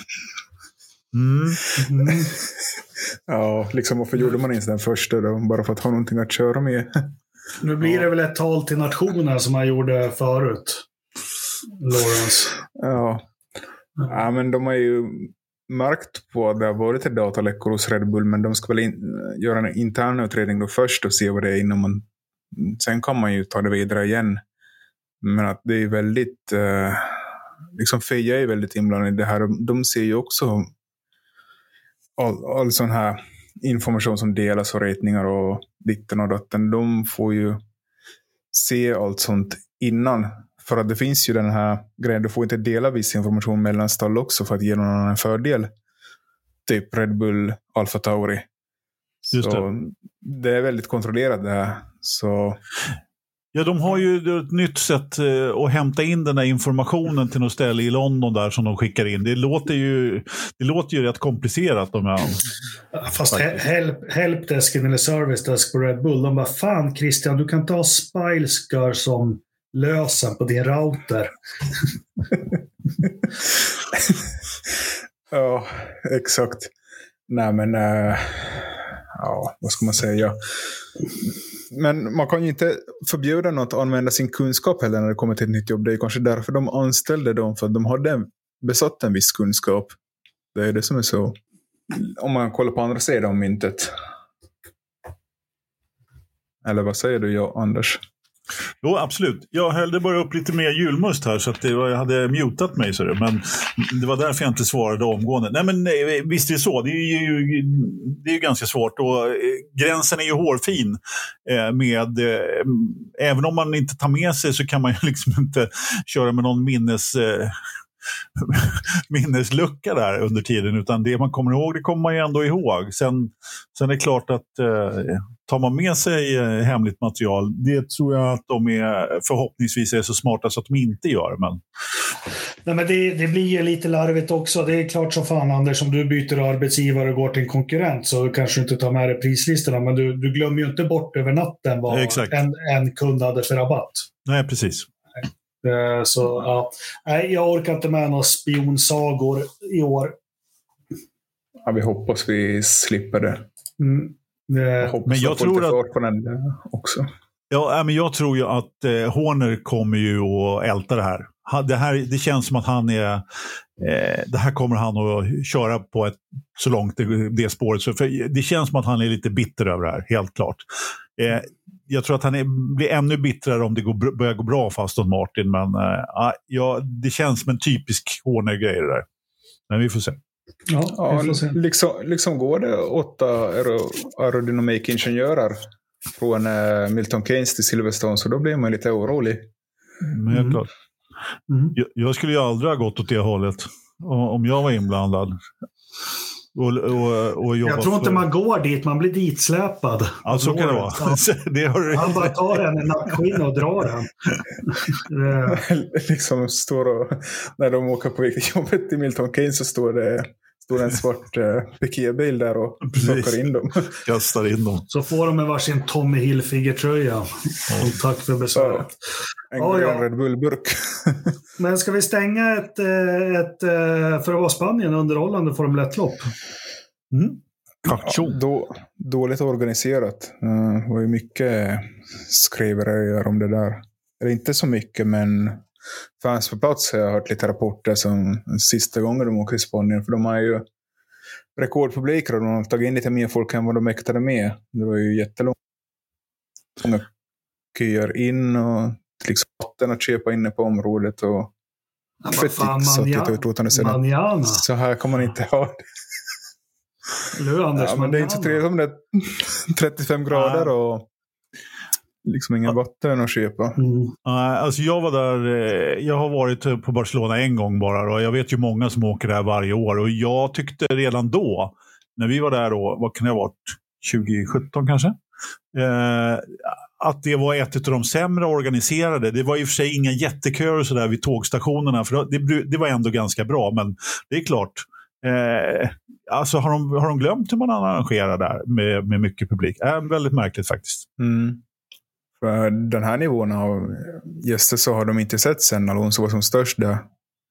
Ja, liksom varför gjorde man inte den första då? Bara för att ha någonting att köra med. Nu blir det väl ett tal till nationen som man gjorde förut. Lawrence. Ja, men de har ju märkt på att det har varit ett dataläckor hos Red Bull, men de ska väl göra en intern utredning då först och se vad det är innan man... Sen kan man ju ta det vidare igen. Men att det är väldigt... liksom FIA är väldigt inblandad i det här. De ser ju också all sån här information som delas och rätningar och ditten och datten. De får ju se allt sånt innan. För att det finns ju den här grejen. Du får inte dela viss information mellan stall också för att ge någon annan fördel. Typ Red Bull, Alfa Tauri. Just så det är väldigt kontrollerat det här. Så... Ja, de har ju ett nytt sätt att hämta in den där informationen till något ställe i London där som de skickar in. Det låter ju rätt komplicerat. Fast helpdesken eller servicedesk på Red Bull, de bara, fan Christian, du kan ta Spileskar som lösen på din router. Ja, exakt. Nej men, ja, vad ska man säga? Men man kan ju inte förbjuda något att använda sin kunskap heller när det kommer till ett nytt jobb. Det är kanske därför de anställde dem, för att de hade besatt en viss kunskap. Det är det som är så. Om man kollar på andra sidan om myntet. Eller vad säger du, Anders? Jo, absolut. Jag hällde bara upp lite mer julmust här så att jag hade mutat mig. Så det. Men det var därför jag inte svarade omgående. Nej, men visst är det så. Det är ju ganska svårt. Och gränsen är ju hårfin. Även om man inte tar med sig så kan man ju liksom inte köra med någon minneslucka där under tiden, utan det man kommer ihåg, det kommer man ju ändå ihåg. Sen är det klart att tar man med sig hemligt material, det tror jag att de förhoppningsvis är så smarta så att de inte gör. Nej, men det blir ju lite larvigt också. Det är klart så fan, Anders, om du byter arbetsgivare och går till en konkurrent så kanske du inte tar med dig prislistorna, men du glömmer ju inte bort över natten vad en kund hade för rabatt. Nej, precis. Så ja, jag orkar inte med några spionsagor i år. Ja, vi hoppas vi slipper det. Men jag tror att på den också. Ja, men jag tror ju att Horner kommer ju att älta det här. Det känns som att han är... det här kommer han att köra på så långt det spåret. Så, för det känns som att han är lite bitter över det här, helt klart. Jag tror att han blir ännu bittrare om det börjar gå bra för Aston Martin. Men det känns som en typisk Horner-grej det där. Men vi får se. Ja, liksom går det 8 aerodynamikingenjörer från Milton Keynes till Silverstone, så då blir man lite orolig. Men helt klart. Jag skulle ju aldrig ha gått åt det hållet om jag var inblandad. Och jag tror inte man går dit, man blir ditsläpad. Ja, så kan det vara. Han bara tar en nackskinn och drar den. Liksom när de åker på väg till jobbet i Milton Keynes så står en svart pikébil där och plockar in dem. Kastar in dem. Så får de med varsin Tommy Hilfiger-tröja. Tack för besöket. En grön Red Bull-burk. Men ska vi stänga ett för att vara Spanien underhållande Formel 1-lopp? Dåligt organiserat. Det var ju mycket skriverier om det där. Eller inte så mycket, men fans på plats har jag hört lite rapporter som sista gången de åker i Spanien, för de har ju rekordpubliker och de har tagit in lite mer folk än vad de mäktade med. Det var ju jättelångt. Många köer in och liksom vatten att köpa inne på området och så här kan man inte ha det. Men det är inte så trevligt om det är 35 grader och liksom ingen vatten att köpa. Alltså jag var där, jag har varit på Barcelona en gång bara, och jag vet ju många som åker där varje år, och jag tyckte redan då, när vi var där då, vad kan det ha varit, 2017 kanske, att det var ett av de sämre organiserade. Det var i och för sig inga jätteköer så där vid tågstationerna, för det var ändå ganska bra, men det är klart, alltså har de glömt hur man arrangerar där med mycket publik? Väldigt märkligt faktiskt. För den här nivån av gäster så har de inte sett sen Alonso var som störst där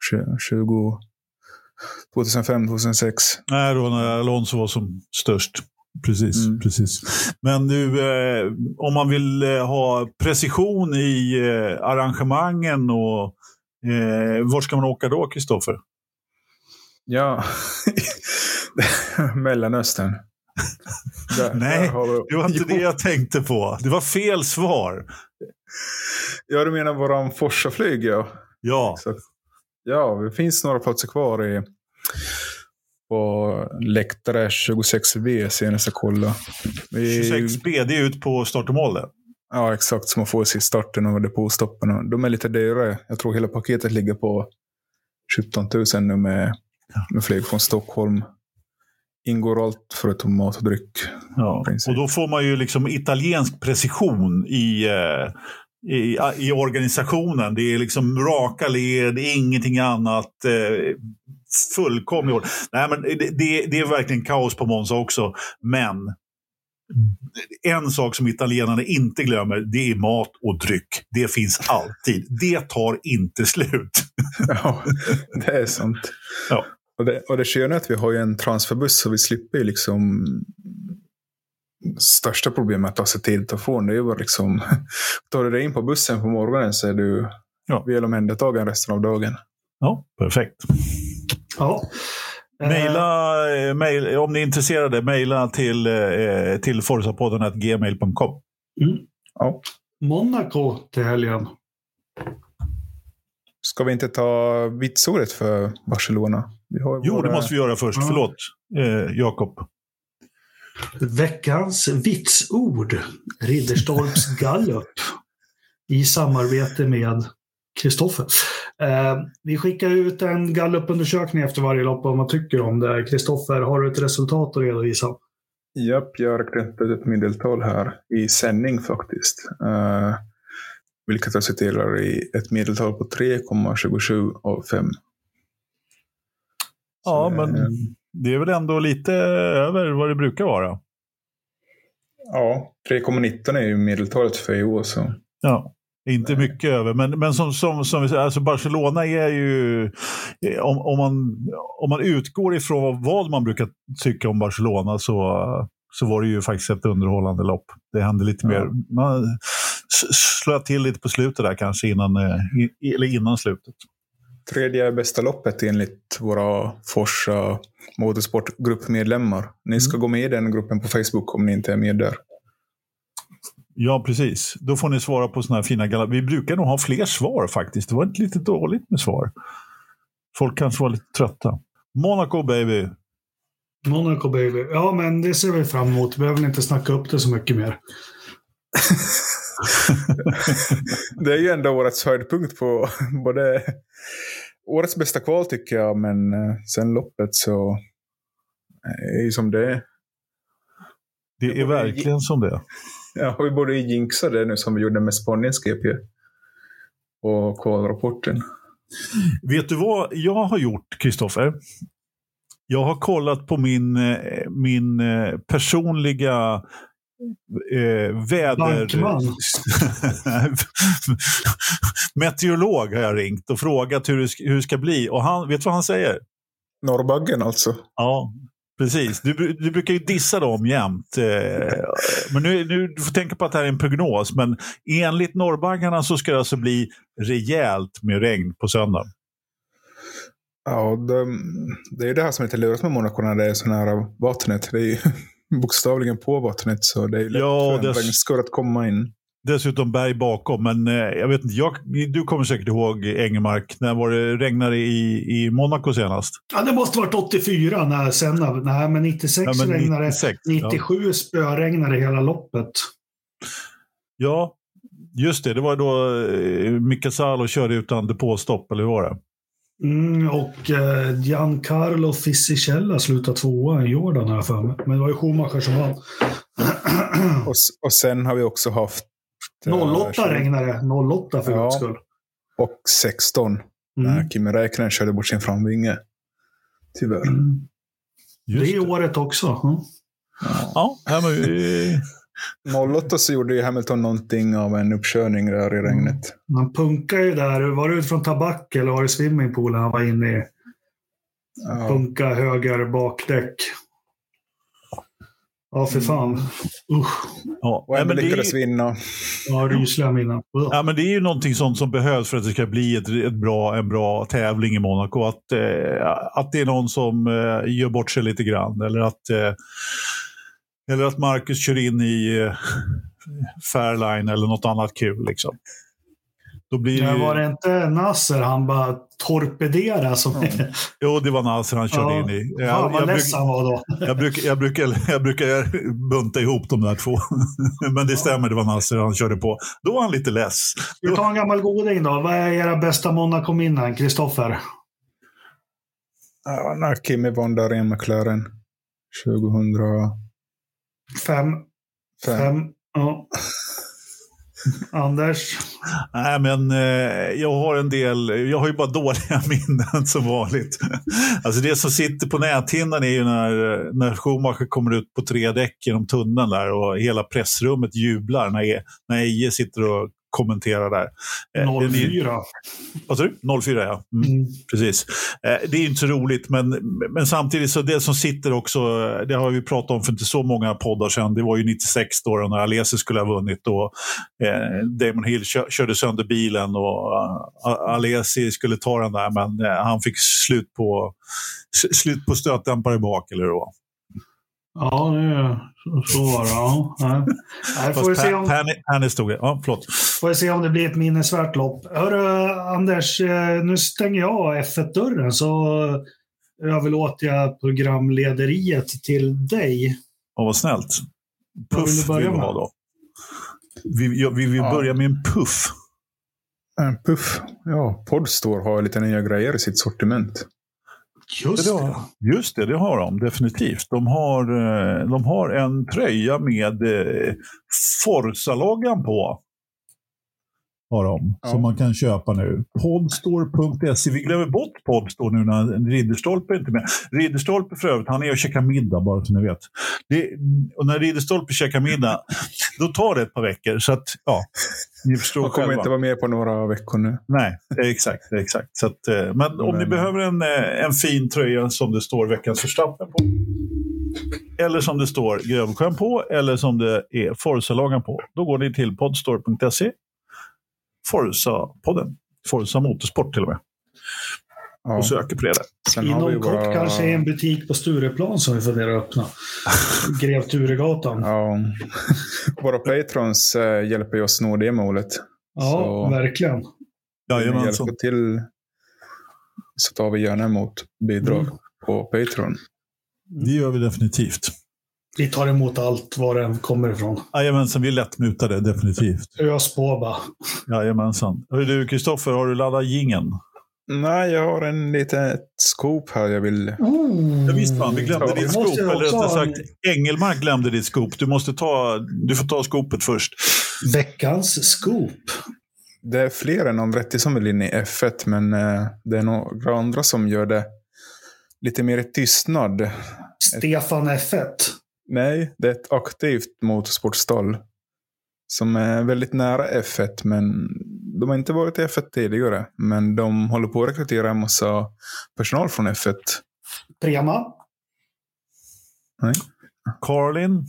2005-2006. Nej, då när Alonso var som störst. Precis. Men nu, om man vill ha precision i arrangemangen, och var ska man åka då, Kristoffer? Ja, Mellanöstern. Nej, det var inte det jag tänkte på. Det var fel svar. Ja, du menar våran Forsa-flyg, ja. Ja. Exakt. Ja, det finns några platser kvar på läktare 26B senast jag kolla. 26B, det är ut på start och mål där. Ja, exakt, som man får i starten och depåstoppen. De är lite dyrare. Jag tror hela paketet ligger på 17 000 nu med flyg från Stockholm. Ingår allt förutom mat och dryck. Ja. Och då får man ju liksom italiensk precision i organisationen. Det är liksom raka led, ingenting annat. Fullkomligt. Nej, men det är verkligen kaos på Monza också. Men en sak som italienarna inte glömmer, det är mat och dryck. Det finns alltid. Det tar inte slut. Ja, det är sant. Ja. Och det sköna är att vi har ju en transferbuss, så vi slipper ju liksom största problemet att ta sig tid att få. Det är ju bara liksom, tar du dig in på bussen på morgonen så är du väl omhändertagen resten av dagen. Ja, perfekt. Ja. Maila, om ni är intresserade, mejla till forsapodden@gmail.com. Ja. Monaco till helgen. Ska vi inte ta vitsordet för Barcelona? Det måste vi göra först. Ja. Förlåt, Jakob. Veckans vitsord. Ridderstorps gallup. I samarbete med Kristoffer. Vi skickar ut en gallupundersökning efter varje lopp om vad man tycker om det. Kristoffer, har du ett resultat att redovisa? Japp, jag har räknat ett medeltal här i sändning faktiskt. Vilket resulterar i ett medeltal på 3,27 av 5. Ja, men det är väl ändå lite över vad det brukar vara. Ja, 3,19 är ju medeltalet för i år. Så. Ja, inte mycket över. Men som vi säger, alltså Barcelona är ju... Om man utgår ifrån vad man brukar tycka om Barcelona så var det ju faktiskt ett underhållande lopp. Det hände lite mer. Man slår till lite på slutet där kanske innan slutet. Tredje bästa loppet enligt våra Forsa Motorsportgruppmedlemmar. Ni ska gå med i den gruppen på Facebook om ni inte är med där. Ja, precis. Då får ni svara på såna här fina Vi brukar nog ha fler svar faktiskt. Det var inte lite dåligt med svar. Folk kanske var lite trötta. Monaco baby. Monaco baby. Ja, men det ser vi fram emot. Vi behöver inte snacka upp det så mycket mer. Det är ju ändå årets höjdpunkt på både årets bästa kval tycker jag, men sen loppet så är ju som det är. Det är verkligen som det. Ja, vi borde jinxa det nu som vi gjorde med Spaniens GP och kvalrapporten. Vet du vad jag har gjort, Kristoffer? Jag har kollat på min personliga väder... meteorolog har jag ringt och frågat hur det ska bli. Och han, vet vad han säger? Norrbaggen alltså. Ja, precis. Du brukar ju dissa dem jämt. Men nu du får tänka på att det här är en prognos. Men enligt norrbaggarna så ska det alltså bli rejält med regn på söndag. Ja, det är ju det här som är lite lurigt med Monaco när det är så nära vattnet. Det är ju bokstavligen på vattnet så det är lätt för en regnskur att komma in. Dessutom berg bakom, men jag vet inte, du kommer säkert ihåg Engelmark, när var det regnade i Monaco senast? Ja, det måste varit 84 när Senna, nej men 96 regnade, 97 spöregnade hela loppet. Ja, just det var då Mika Salo körde utan depåstopp, eller hur var det? Och Giancarlo Fisichella slutade 2 i Jordan här för mig. Men det var ju Schumacher som vann. Och sen har vi också haft 08 regnade, 08 för guds skull. Och 16 när Kimi Räikkönen körde bort sin framvinge. Tyvärr. Det är året också. Ja, men 08 så gjorde ju Hamilton någonting av en uppkörning där i regnet. Man punkar ju där. Var det ut från tabak eller var det swimmingpoolen han var inne i? Punka höger bakdäck. Ja, för fan. Ja, och ändå lyckades vinna. Ja, rysliga minnen. Ja, men det är ju någonting sånt som behövs för att det ska bli en bra tävling i Monaco. Att det är någon som gör bort sig lite grann. Eller att Marcus kör in i Fairline eller något annat kul liksom. Då blir det var det inte Nasser han bara torpedera som Jo, det var Nasser han körde in i. Vad ledsen han var då. Jag brukar bunta ihop de där två. Men det stämmer, det var Nasser han körde på. Då var han lite less. Vi tar en gammal goding då. Vad är era bästa Monaco-minnen, Kristoffer? Ja, när Kimi vann där i McLaren 2005. Ja. Anders? Nej, men jag har ju bara dåliga minnen som vanligt. Alltså det som sitter på näthinnan är ju när Schumacher kommer ut på 3 däck genom tunneln där och hela pressrummet jublar när Eje sitter och kommenterar där. 04. Vad sa du? 04, ja. Precis. Det är ju inte så roligt, men samtidigt så det som sitter också, det har vi pratat om för inte så många poddar sedan, det var ju 96 då när Alesi skulle ha vunnit och Damon Hill körde sönder bilen och Alesi skulle ta den där, men han fick slut på stötdämpare bak, eller då. Ja, så var det. Ja. Får vi se om... Ja, förlåt. Får vi se om det blir ett minnesvärt lopp. Hörru, Anders, nu stänger jag F1-dörren så överlåter jag programlederiet till dig. Ja, vad snällt. Puff vill vi ha då. Vi vill börja med en puff. En puff? Ja, Podstore har lite nya grejer i sitt sortiment. Just det har de definitivt. De har en tröja med Forza-loggan på. har de, som man kan köpa nu. Podstore.se. Vi glömmer bort Podstore nu när Ridderstolpe är inte med. Ridderstolpe för övrigt, han är och käkar middag bara så ni vet. Och när Ridderstolpe käkar middag, då tar det ett par veckor. Så att, ja, ni förstår man kommer själva. inte vara med på några veckor nu. Nej, exakt. Så att, men om ni behöver en fin tröja som det står veckans Verstappen på, eller som det står Grövelsjön på, eller som det är Forza-lagen på, då går ni till podstore.se. Forza-podden. Forza Motorsport till och med. Och söker på det där. Inom kort kanske är en butik på Stureplan som vi funderar att öppna. Grev Turegatan. Ja. Våra patrons hjälper oss nå det målet. Ja, så verkligen. Hjälper till, så tar vi gärna emot bidrag på Patreon. Det gör vi definitivt. Vi tar emot allt var den kommer ifrån. Jajamensan, vi är lättmutade, definitivt. Ös på bara. Jajamensan. Du, Kristoffer, har du laddat jingeln? Nej, jag har en liten scoop här jag vill... Ja, visst man, vi glömde ditt scoop. Eller rättare sagt, Engelmark glömde ditt scoop. Du får ta scoopet först. Veckans scoop. Det är fler än Andretti som vill in i F1, men det är några andra som gör det lite mer i tystnad. Stefan F1. Nej, det är ett aktivt motorsportstall som är väldigt nära F1, men de har inte varit i F1 tidigare, men de håller på att rekrytera en massa personal från F1. Prema? Nej. Carlin?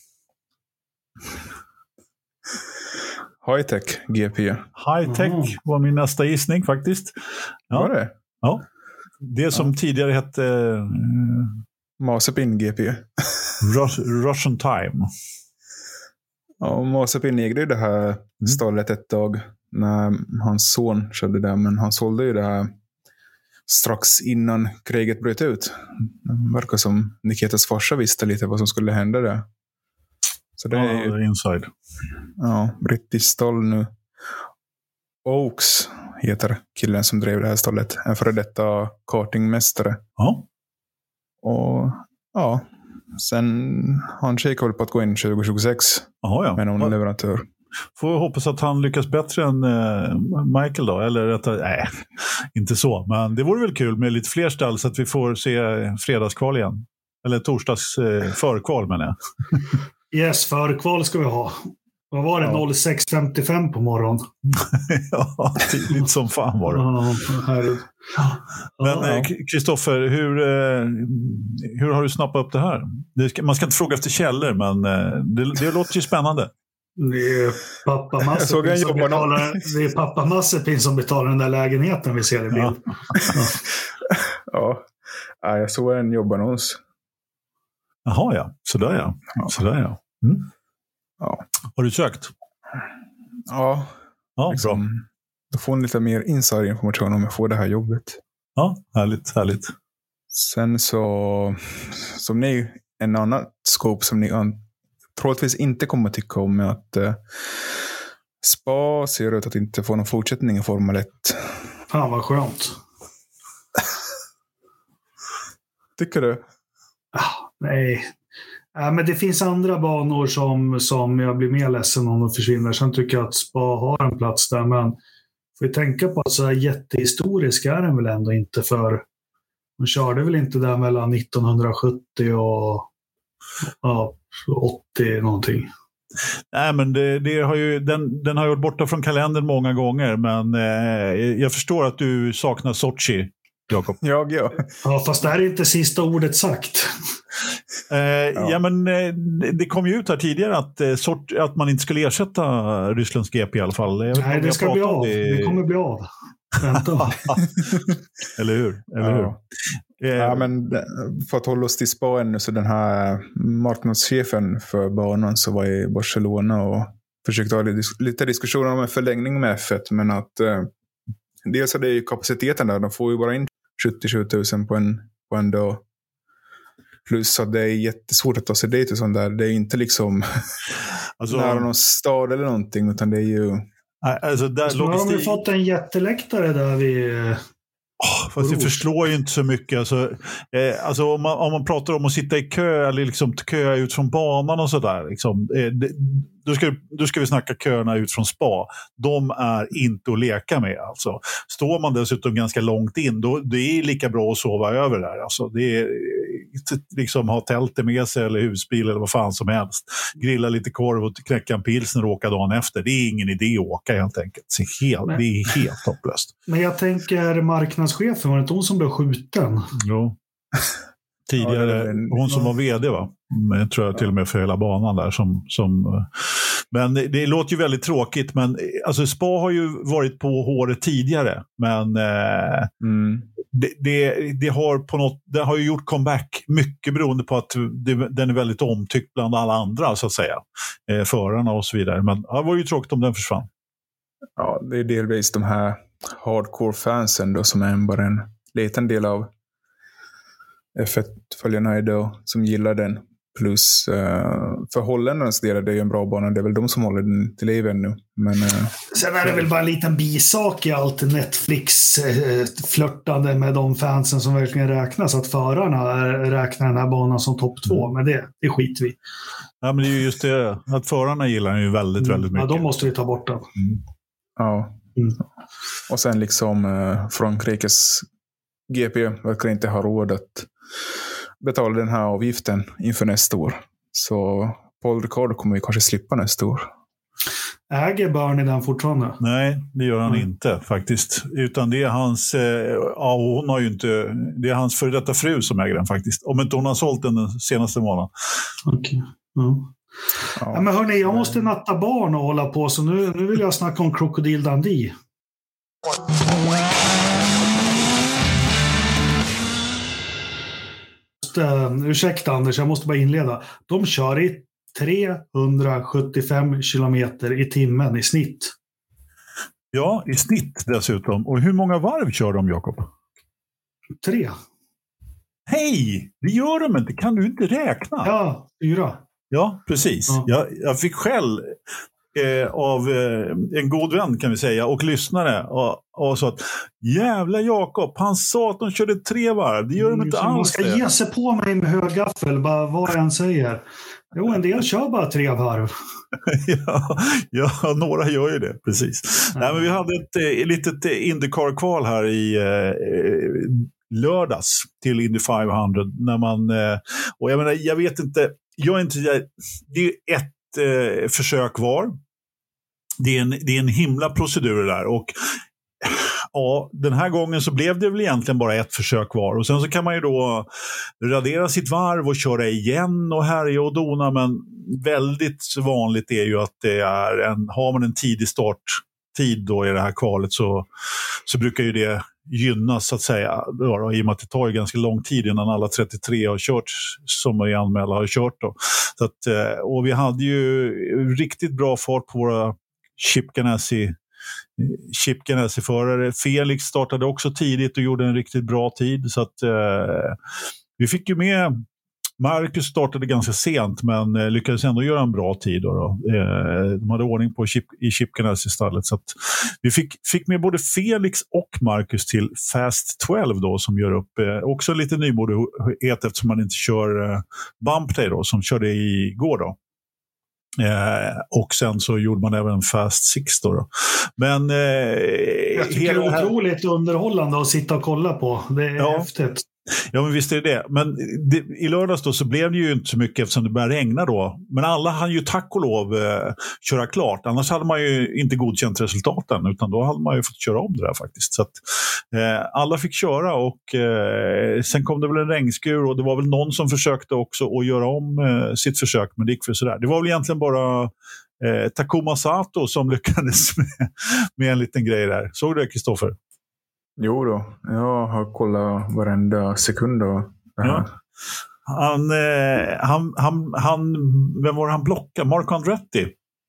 Hightech GP. Hightech var min nästa gissning faktiskt. Ja. Var det? Ja. Det som tidigare hette... Mazepin GP. Russian Time. Ja, Mazepin ägde ju det här stallet ett tag när hans son körde där, men han sålde ju det här strax innan kriget bröt ut. Det verkar som Nikitas farsa visste lite vad som skulle hända där. Så det är ju inside. Ja, brittisk stall nu. Oaks heter killen som drev det här stallet. En före detta kartingmästare. Ja. Och ja, sen han kikar väl på att gå in 2026 med någon leverantör. Får hoppas att han lyckas bättre än Michael då. Eller nej, inte så. Men det vore väl kul med lite fler stall så att vi får se fredagskval igen. Eller torsdags förkval menar jag. Yes, förkval ska vi ha. Vad var det? 06.55 på morgon. Ja, tidigt som fan var det. Men Kristoffer, hur har du snappat upp det här? Man ska inte fråga efter källor, men det låter ju spännande. Det är pappa Mazepin som betalar den där lägenheten vi ser i bild. Ja, jag såg en jobbannons. Jaha, ja. Sådär ja. Mm. Ja. Har du sökt? Ja, bra. Då får ni lite mer insider-information om jag får det här jobbet. Ja, härligt. Sen så, som ni, en annan scoop som ni troligtvis inte kommer att tycka om är att Spa ser ut att inte få någon fortsättning i Formel 1. Fan vad skönt. Tycker du? Nej. Men det finns andra banor som jag blir mer ledsen om de försvinner. Sen tycker jag att Spa har en plats där. Men får vi tänka på att så här jättehistorisk är den väl ändå inte, för man körde väl inte där mellan 1970 och 80 någonting. Nej, men det har ju, den har ju varit borta från kalendern många gånger, men jag förstår att du saknar Sochi, Jakob. Ja, fast det här är inte sista ordet sagt. Ja, men det kom ju ut här tidigare att man inte skulle ersätta Rysslands GP i alla fall. Nej, det ska bli av. Det kommer bli av. Vänta. Eller hur? Ja, men för att hålla oss till Spa ännu, så den här marknadschefen för banan så var i Barcelona och försökte ha lite diskussioner om en förlängning med F1, men att dels är det ju kapaciteten där, de får ju bara in 70 000 på en dag. Plus att det är jättesvårt att ta sig dit och sånt där. Det är inte liksom nära någon stad eller någonting, utan det är ju... Alltså, har de fått en jätteläktare där vid Fast det förslår ju inte så mycket. Alltså om man pratar om att sitta i kö eller liksom köa ut från banan och sådär. Liksom, då ska vi snacka köerna ut från spa. De är inte att leka med. Alltså. Står man dessutom ganska långt in, då det är lika bra att sova över där. Alltså, det är liksom ha tältet med sig eller husbil eller vad fan som helst. Grilla lite korv och knäcka en pilsner och åka dagen efter. Det är ingen idé att åka helt enkelt. Det är helt hopplöst. Men jag tänker marknadschefen, var det inte hon som blev skjuten? Jo. Tidigare, hon som var vd va? Men tror jag till och med för hela banan där. Men det låter ju väldigt tråkigt. Men alltså Spa har ju varit på håret tidigare. Men det har ju gjort comeback. Mycket beroende på att den är väldigt omtyckt bland alla andra så att säga. Förarna och så vidare. Men det var ju tråkigt om den försvann. Ja, det är delvis de här hardcore-fansen då som är bara en liten del av F1-följarna idag som gillar den. Plus för holländarnas del är det ju en bra bana. Det är väl de som håller den till liv ännu. Men, sen är det väl bara en liten bisak i allt Netflix flörtande med de fansen som verkligen räknas. Att förarna räknar den här banan som topp 2. Men det skiter vi. Ja, men det är ju just det. Att förarna gillar den ju väldigt, väldigt mycket. Ja, de måste vi ta bort den. Ja. Och sen liksom Frankrikes GP verkar inte ha råd att betala den här avgiften inför nästa år. Så Paul Ricard kommer vi kanske slippa nästa år. Äger Bernie den fortfarande? Nej, det gör han inte faktiskt. Utan det är hans hon har ju inte, det är hans före detta fru som äger den faktiskt. Om inte hon har sålt den senaste månaden. Okej. Ja, men hörni, jag måste natta barn och hålla på, så nu vill jag snacka om Crocodile Dundee. Ursäkta Anders, jag måste bara inleda. De kör i 375 kilometer i timmen i snitt. Ja, i snitt dessutom. Och hur många varv kör de, Jakob? 3. Hej! Det gör de inte. Kan du inte räkna? Ja, 4. Ja, precis. Ja. Jag fick själv av en god vän kan vi säga och lyssnare och så att jävla Jakob, han sa att de körde 3 varv. Det gör de inte alls. Man ska ge sig på mig med högaffel, bara vad jag än säger. Jo, en del kör bara 3 varv. ja, några gör ju det, precis. Nej, men vi hade ett litet IndyCar-kval här i lördags till Indy 500 när man, och jag menar, jag vet inte, det är ett försök var. Det är en himla procedur där och ja, den här gången så blev det väl egentligen bara ett försök var och sen så kan man ju då radera sitt varv och köra igen och härja och dona, men väldigt vanligt är ju att det är har man en tidig starttid då i det här kvalet så brukar ju det gynnas så att säga då, i och med att det tar ju ganska lång tid innan alla 33 har kört som är anmälda har kört då. Så att, och vi hade ju riktigt bra fart på våra Chip Ganassi-förare. Felix startade också tidigt och gjorde en riktigt bra tid så att vi fick ju med Marcus startade ganska sent men lyckades ändå göra en bra tid då. De hade ordning på i Chip Ganassi-stallet så att vi fick med både Felix och Marcus till Fast 12 då som gör upp också lite nymodighet eftersom man inte kör Bump Day då som körde igår då. Och sen så gjorde man även Fast 6 då. Men jag tycker det är otroligt underhållande att sitta och kolla på. Det är häftigt. Ja, men visst är det. Men i lördags då så blev det ju inte så mycket eftersom det började regna då. Men alla hann ju tack och lov köra klart. Annars hade man ju inte godkänt resultaten utan då hade man ju fått köra om det där faktiskt. Så att alla fick köra och sen kom det väl en regnskur och det var väl någon som försökte också att göra om sitt försök, men det gick för sådär. Det var väl egentligen bara Takuma Sato som lyckades med en liten grej där. Såg du det, Kristoffer? Jo då, jag har kollat varenda sekund då. Ja. Han vem var det han blockade? Marco Andretti.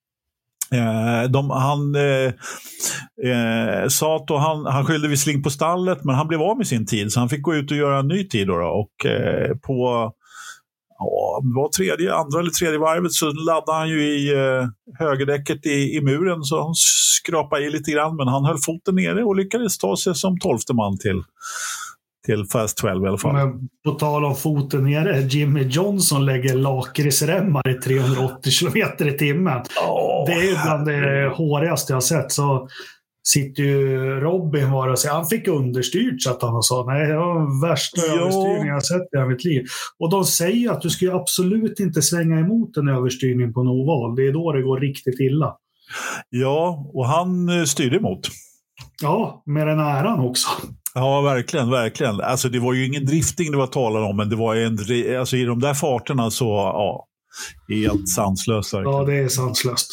Sato, han skyllde visserligen på stallet men han blev av med sin tid så han fick gå ut och göra en ny tid då och det var andra eller tredje varvet så laddade han ju i högerdäcket i muren, så han skrapade i lite grann, men han höll foten nere och lyckades ta sig som 12:e man till Fast 12 i alla fall. Men på tal om foten nere, Jimmy Johnson lägger lakritsremmar i 380 km i timmen. Det är bland det hårigaste jag har sett. Så sitter ju Robin var och säger han fick understyrt, så att han sa nej, det var värsta överstyrning jag har sett i mitt liv. Och de säger att du ska ju absolut inte svänga emot en överstyrning på en oval. Det är då det går riktigt illa. Ja, och han styrde emot. Ja, med den äran också. Ja, verkligen, verkligen. Alltså det var ju ingen drifting det var talat om, men det var alltså i de där farterna så, ja, helt sanslöst. Verkligen. Ja, det är sanslöst.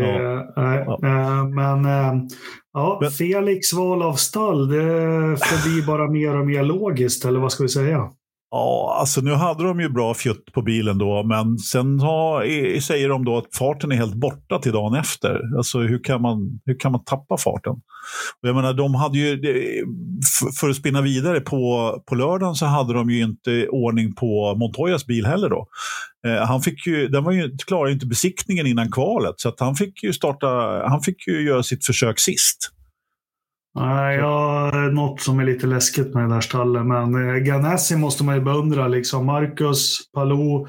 Men Felix val av stall, det förblir bara mer och mer logiskt, eller vad ska vi säga? Ja, alltså nu hade de ju bra fjutt på bilen då, men sen säger de då att farten är helt borta till dagen efter. Alltså hur kan man tappa farten? Och jag menar, de hade ju, för att spinna vidare på lördagen så hade de ju inte ordning på Montoyas bil heller då. Klarade inte besiktningen innan kvalet, så att han fick ju göra sitt försök sist. Nej, något som är lite läskigt med det där stallet, men Ganassi måste man ju beundra, liksom Marcus, Palou,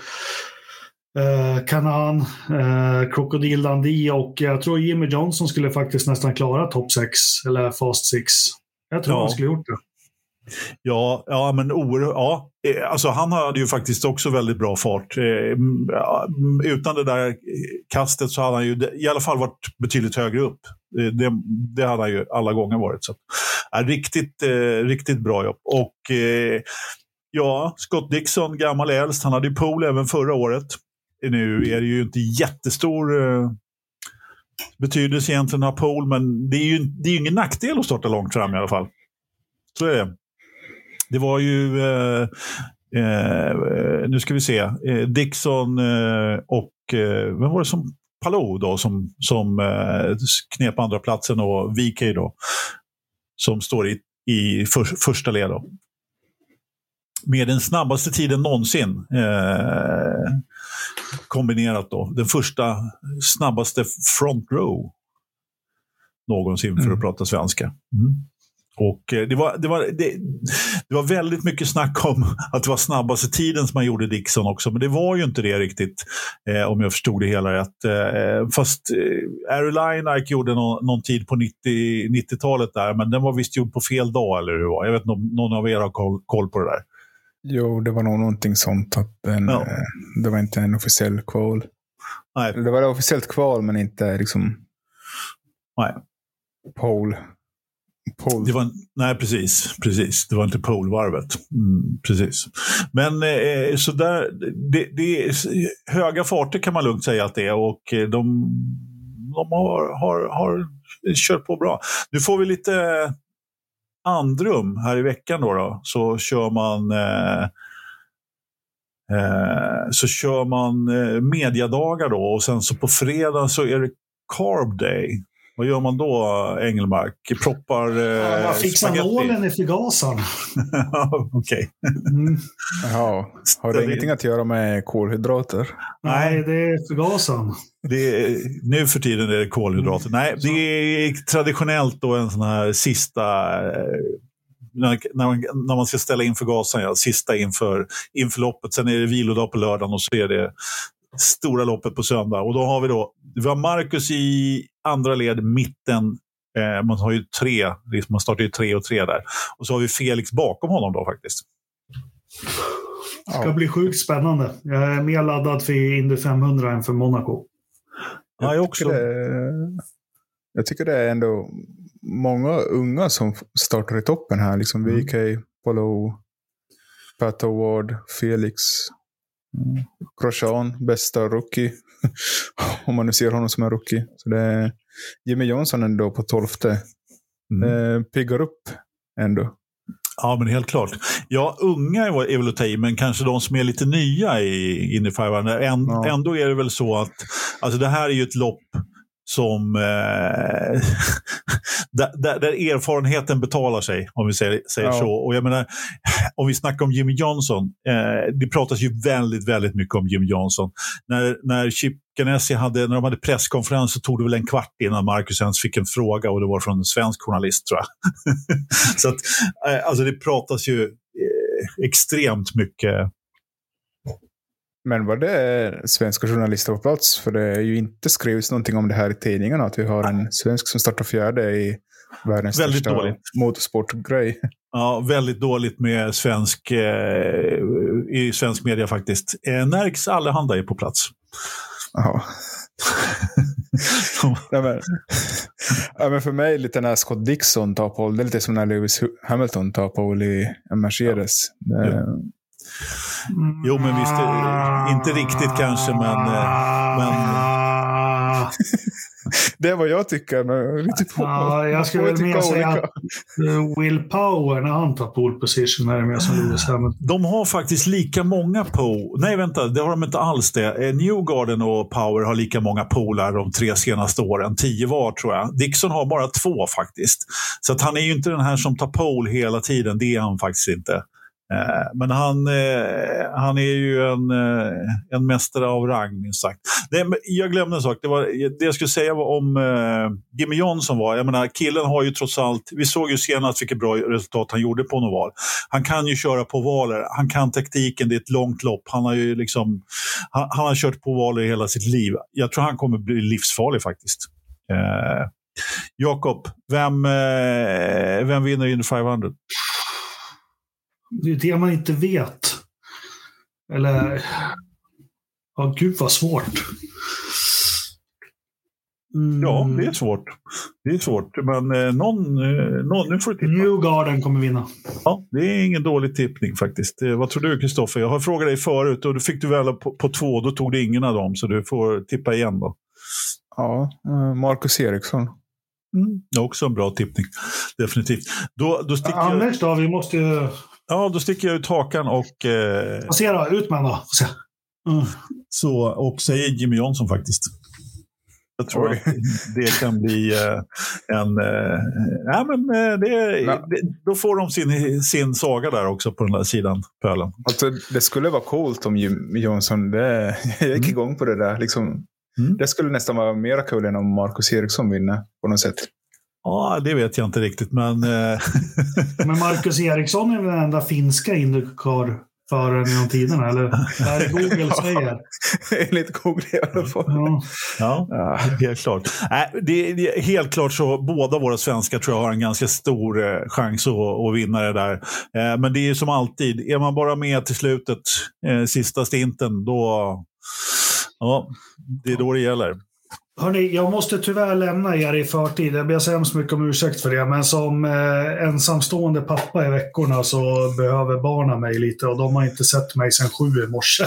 Kanan, Crocodile Dundee, och jag tror Jimmy Johnson skulle faktiskt nästan klara top 6 eller fast 6. Jag tror han skulle gjort det. Ja, men alltså han hade ju faktiskt också väldigt bra fart. Utan det där kastet så hade han ju i alla fall varit betydligt högre upp. Det hade han ju alla gånger varit. Så. Riktigt bra jobb. Och Scott Dixon, gammal äldst, han hade ju pole även förra året. Nu är det ju inte jättestor betydelse egentligen att ha pole, men det är ju ingen nackdel att starta långt fram i alla fall. Så är det. Det var ju nu ska vi se, Dixon och vem var det som Palou då som knep andra platsen, och VK då som står i första led då. Med den snabbaste tiden någonsin kombinerat då. Den första snabbaste front row någonsin, för att prata svenska. Och det var väldigt mycket snack om att det var snabbaste tiden som man gjorde Dixon också, men det var ju inte det riktigt, om jag förstod det hela rätt. Fast Aeroline gjorde någon tid på 90-talet där, men den var visst gjord på fel dag, eller hur var? Jag vet inte om någon av er har koll på det där. Jo, det var nog någonting sånt att det var inte en officiell kval. Nej. Det var officiellt kval, men inte liksom pole. Nej, precis. Det var inte pole-varvet. Precis. Men så där, det är höga farter kan man lugnt säga att det är, och de har kört på bra. Nu får vi lite andrum här i veckan då. Så kör man mediadagar då, och sen så på fredag så är det Carb Day. Vad gör man då, Engelmark? Proppar man fixar nålen i förgasaren. Okej. Jaha. Har det ingenting att göra med kolhydrater? Nej, det är förgasaren. Nu för tiden är det kolhydrater. Nej, det är traditionellt då en sån här sista... När man ska ställa in förgasaren, sista inför loppet. Sen är det vilodag på lördagen, och så är det stora loppet på söndag. Och då har vi har Marcus i andra led, mitten. Man har ju 3, man startar ju 3 och 3 där. Och så har vi Felix bakom honom då faktiskt. Det ska bli sjukt spännande. Jag är mer laddad för Indy 500 än för Monaco. Ja, jag också. Jag tycker det är ändå många unga som startar i toppen här. Liksom VK, Palou, Pat Howard, Felix, Grosjean, bästa rookie. Om man nu ser honom som en rookie. Så det är Jimmy Johnson ändå på 12:e. Piggar upp ändå. Ja, men helt klart. Ja, unga är väl att ta i, men kanske de som är lite nya i Indy 500. Ändå är det väl så att alltså det här är ju ett lopp som där erfarenheten betalar sig, om vi säger så. Och jag menar, om vi snackar om Jimmy Johnson, det pratas ju väldigt, väldigt mycket om Jimmy Johnson. När Chip Ganassi när de hade presskonferens så tog det väl en kvart innan Marcus ens fick en fråga, och det var från en svensk journalist, tror jag. Så att, alltså det pratas ju extremt mycket. Men var det svenska journalister på plats? För det är ju inte skrivits någonting om det här i tidningarna, att vi har en svensk som startar fjärde i världens största motorsportgrej. Ja, väldigt dåligt med i svensk media faktiskt. Närks Allehanda är på plats. Ja. Men för mig lite när Scott Dixon tar på, det är lite som när Lewis Hamilton tar på i Mercedes. Jo, men visst, inte riktigt kanske, men det är vad jag tycker. Men lite jag skulle väl mer säga att Will Power, när han tar pole position, är det mer som Lewis Hamilton. De har faktiskt lika många Nej, vänta, det har de inte alls det. Newgarden och Power har lika många polar de 3 senaste åren. 10 var, tror jag. Dixon har bara 2 faktiskt. Så att han är ju inte den här som tar pole hela tiden. Det är han faktiskt inte. Men han är ju en mästare av rang, minst sagt. Jag glömde en sak. Det jag skulle säga var om Jimmy Johnson var. Jag menar, killen har ju trots allt, vi såg ju senast vilket bra resultat han gjorde på en oval. Han kan ju köra på ovaler. Han kan taktiken, det är ett långt lopp. Han har ju liksom, han har kört på ovaler hela sitt liv. Jag tror han kommer bli livsfarlig faktiskt. Jakob, vem vinner Indy 500? Det är det man inte vet. Eller... gud vad svårt. Ja, det är svårt. Det är svårt. Men någon nu får du tippa. Newgarden kommer vinna. Ja, det är ingen dålig tippning faktiskt. Vad tror du, Kristoffer? Jag har frågat dig förut och då fick du väl på 2. Då tog du ingen av dem, så du får tippa igen då. Ja, Marcus Eriksson. Det är också en bra tippning. Definitivt. Då sticker Anders då, vi måste ju... Ja, då sticker jag ut hakan och... Vad ser då? Ut med då. Så, och säger Jimmy Johnson faktiskt. Jag tror att det kan bli då får de sin saga där också på den där sidan pölen. Alltså, det skulle vara coolt om Jimmy Johnson, jag gick igång på det där. Liksom, det skulle nästan vara mer kul än om Marcus Eriksson vinner på något sätt. Ja, det vet jag inte riktigt, men... Men Marcus Eriksson är den enda finska Indycar-föraren genom tiderna, eller? Det är Google säger. Enligt Google i alla fall. Ja, helt klart. Det är helt klart så båda våra svenskar tror jag har en ganska stor chans att vinna det där. Men det är som alltid, är man bara med till slutet, sista stinten, då... Ja, det är då det gäller. Hörrni, jag måste tyvärr lämna er i förtid. Jag ber så hemskt mycket om ursäkt för det. Men som ensamstående pappa i veckorna så behöver barnen mig lite. Och de har inte sett mig sedan 7 i morse.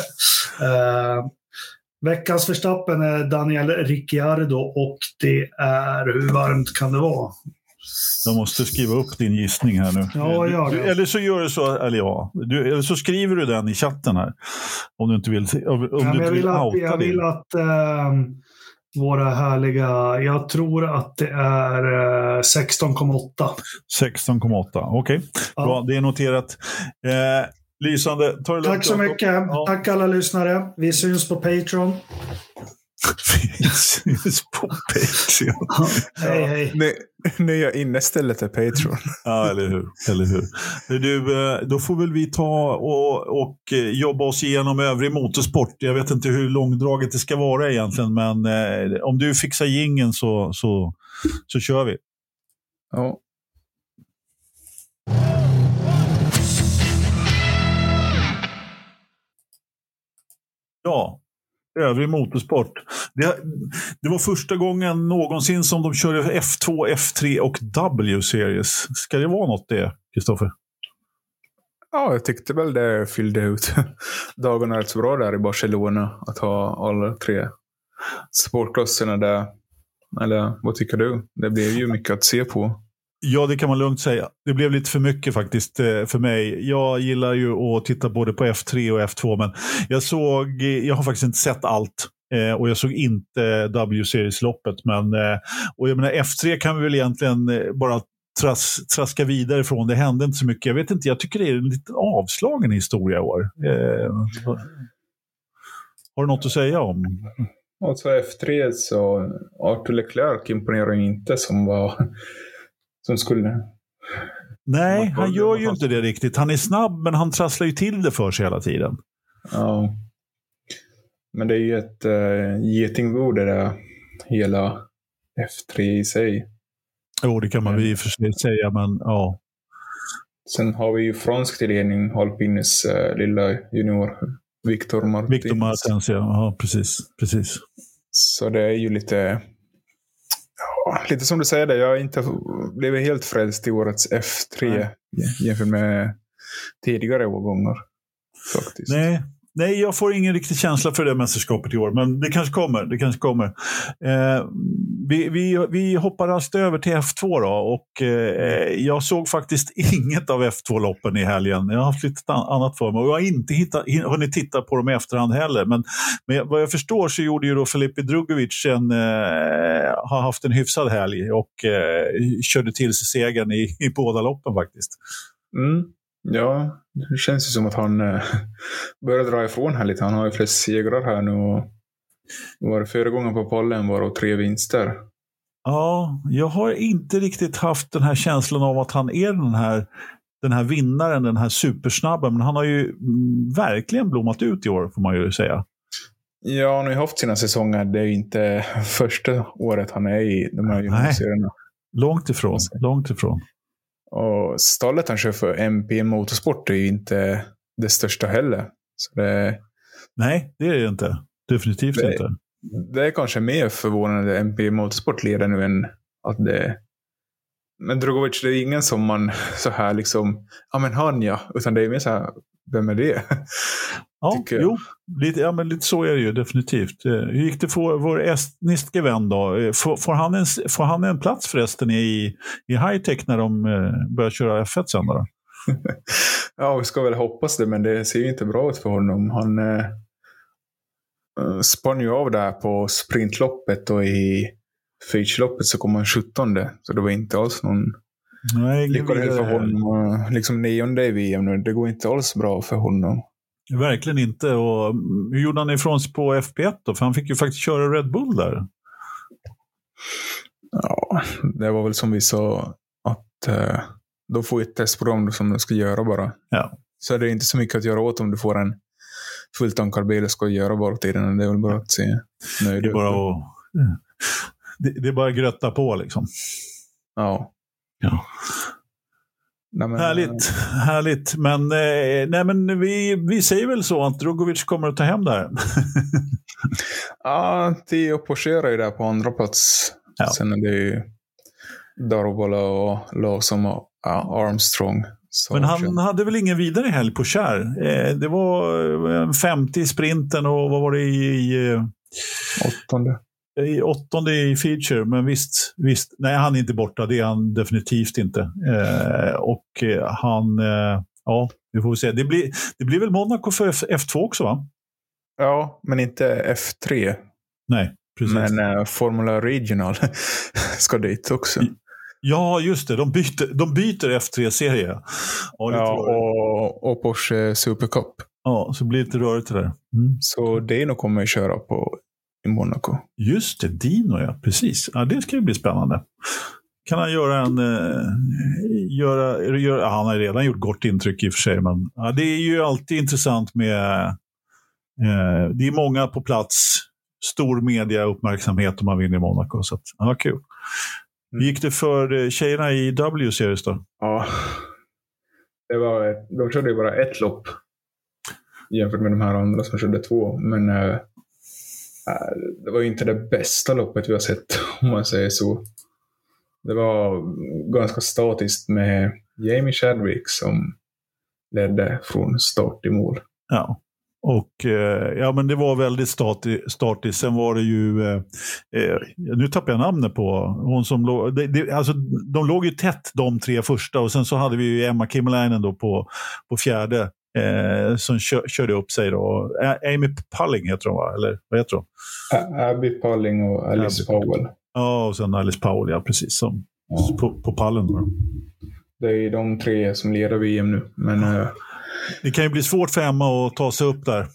Veckans Verstappen är Daniel Ricciardo. Och det är, hur varmt kan det vara? Jag måste skriva upp din gissning här nu. Ja, eller så gör du så, eller så skriver du den i chatten här. Om du inte vill, jag vill att våra härliga, jag tror att det är 16,8. 16,8, okej. Ja. Bra, det är noterat. Lysande. Tack så mycket. Ja. Tack alla lyssnare. Vi syns på Patreon. Vi syns på Patreon. Hej. Nya innestället är Patreon. Ja, eller hur. Du, då får väl vi ta och jobba oss igenom övrig motorsport. Jag vet inte hur långdraget det ska vara egentligen, men om du fixar jingeln så kör vi. Ja. Ja. Övrig motorsport. Det var första gången någonsin som de körde F2, F3 och W-series. Ska det vara något det, Kristoffer? Ja, jag tyckte väl det fyllde ut dagarna rätt så bra där i Barcelona. Att ha alla 3 sportklasserna där. Eller vad tycker du? Det blev ju mycket att se på. Ja, det kan man lugnt säga. Det blev lite för mycket faktiskt för mig. Jag gillar ju att titta både på F3 och F2, men jag har faktiskt inte sett allt. Och jag såg inte W-seriesloppet. Och jag menar, F3 kan vi väl egentligen bara traska vidare från. Det hände inte så mycket. Jag vet inte, jag tycker det är en lite avslagen historia i år. Har du något att säga om? Och så F3 så Arthur Leclerc imponerar ju inte som skulle. Nej, han gör ju inte det riktigt. Han är snabb, men han trasslar ju till det för sig hela tiden. Ja. Men det är ju ett getingbo det där hela F3 i sig. Jo, det kan man i och för sig säga, men ja. Sen har vi ju fransk tillledning, Alpines lilla junior Victor Martins. Ja, precis. Så det är ju lite som du säger det, jag har inte blivit helt frälst i årets F3 jämfört med tidigare årgångar faktiskt. Nej, jag får ingen riktig känsla för det mästerskapet i år, men det kanske kommer. Vi hoppar raskt över till F2 då, och jag såg faktiskt inget av F2-loppen i helgen. Jag har haft lite annat för mig och jag har inte hunnit titta på dem i efterhand heller. Men vad jag förstår så gjorde ju då Felipe Drugovich har haft en hyfsad helg och körde till sig segern i båda loppen faktiskt. Ja, det känns ju som att han börjar dra ifrån här lite. Han har ju flest segrar här nu och var förra gången på pollen var det 3 vinster. Ja, jag har inte riktigt haft den här känslan av att han är den här vinnaren, den här supersnabba, men han har ju verkligen blommat ut i år får man ju säga. Ja, han har ju haft sina säsonger. Det är ju inte första året han är i de här juniorserierna. Långt ifrån. Och stallet han kör för MP Motorsport är ju inte det största heller. Så nej, det är det inte. Definitivt inte. Det är kanske mer förvånande MP Motorsport leder nu än att det. Men Drugovich, det är ingen som man så här liksom, ja men han ja, utan det är mer så här, vem är det? Ja, jo, lite så är det ju definitivt. Hur gick det för vår estniske vän då? Får han en plats förresten i high-tech när de börjar köra F1 sen då? Ja, vi ska väl hoppas det, men det ser ju inte bra ut för honom. Han spann ju av där på sprintloppet och i featureloppet så kom han 17:e. Så det var inte alls någon lyckad för honom. Liksom 9:e i VM nu, det går inte alls bra för honom. Verkligen inte. Och hur gjorde han ifrån sig på FP1 då? För han fick ju faktiskt köra Red Bull där. Ja, det var väl som vi sa att då får ett test på dem som de ska göra bara. Ja. Så det är inte så mycket att göra åt om du får en fullt tankad bil och ska göra bara tiden. Det är väl bara att se nöjd ut. Det är bara att grötta på liksom. Ja. Nej, men, härligt. Men vi säger väl så att Drugovich kommer att ta hem där. Ja, Theo Pocher är ju där på andra plats. Ja. Sen är det ju Darobola och Lawson och Armstrong. Men han hade väl ingen vidare helg på Kär. Det var 50 i sprinten och vad var det i 8:e? I 8:e i feature, men visst. Nej, han är inte borta. Det är han definitivt inte. Vi får se. Det blir väl Monaco för F2 också, va? Ja, men inte F3. Nej, precis. Men Formula Regional ska dit också. Ja, just det. De byter F3-serie. Och Porsche Supercup. Ja, så blir det lite rörigt det där. Så Dino kommer att köra på i Monaco. Just det, Dino, ja. Precis. Ja, det ska ju bli spännande. Kan han göra han har redan gjort gott intryck i och för sig, men det är ju alltid intressant med det är många på plats, stor media uppmärksamhet om man vinner i Monaco, så att, kul. Hur gick det för tjejerna i W-series då? Ja, de körde ju bara ett lopp jämfört med de här andra som körde 2, men det var ju inte det bästa loppet vi har sett, om man säger så. Det var ganska statiskt med Jamie Chadwick som ledde från start till mål. Ja, och men det var väldigt statiskt. Sen var det ju nu tappar jag namnet på hon som låg, alltså de låg ju tätt de 3 första, och sen så hade vi ju Emma Kimmelainen då på 4:e som körde upp sig då. Amy Palling heter hon, va? Eller vad heter hon? Abby Palling och Alice Powell. Ja, och sen Alice Powell, ja, precis som på pallen då. Det är de 3 som leder VM nu. Men, det kan ju bli svårt för Emma att ta sig upp där.